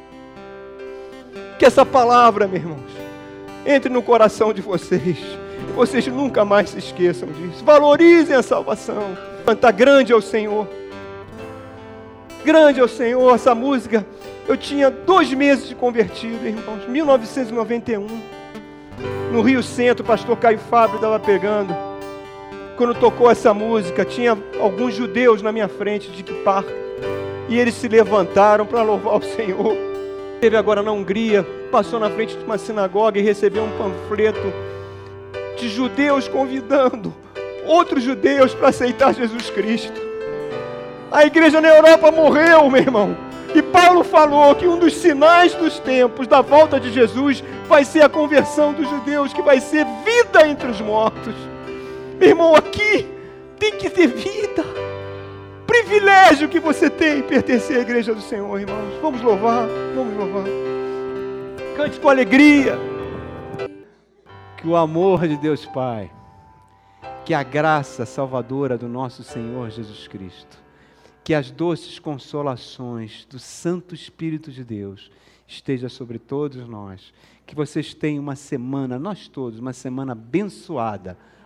Que essa palavra, meus irmãos, entre no coração de vocês. E vocês nunca mais se esqueçam disso. Valorizem a salvação. Canta grande ao Senhor. Grande ao Senhor. Essa música, eu tinha 2 meses de convertido, irmãos. 1991. No Rio Centro, o pastor Caio Fábio estava pregando. Quando tocou essa música, tinha alguns judeus na minha frente de equipar, e eles se levantaram para louvar o Senhor. Esteve agora na Hungria, passou na frente de uma sinagoga e recebeu um panfleto de judeus convidando outros judeus para aceitar Jesus Cristo. A igreja na Europa morreu, meu irmão. E Paulo falou que um dos sinais dos tempos da volta de Jesus vai ser a conversão dos judeus, que vai ser vida entre os mortos. Meu irmão, aqui tem que ter vida. Privilégio que você tem em pertencer à igreja do Senhor, irmãos. Vamos louvar, vamos louvar. Cante com alegria. Que o amor de Deus Pai, que a graça salvadora do nosso Senhor Jesus Cristo, que as doces consolações do Santo Espírito de Deus esteja sobre todos nós. Que vocês tenham uma semana, nós todos, uma semana abençoada,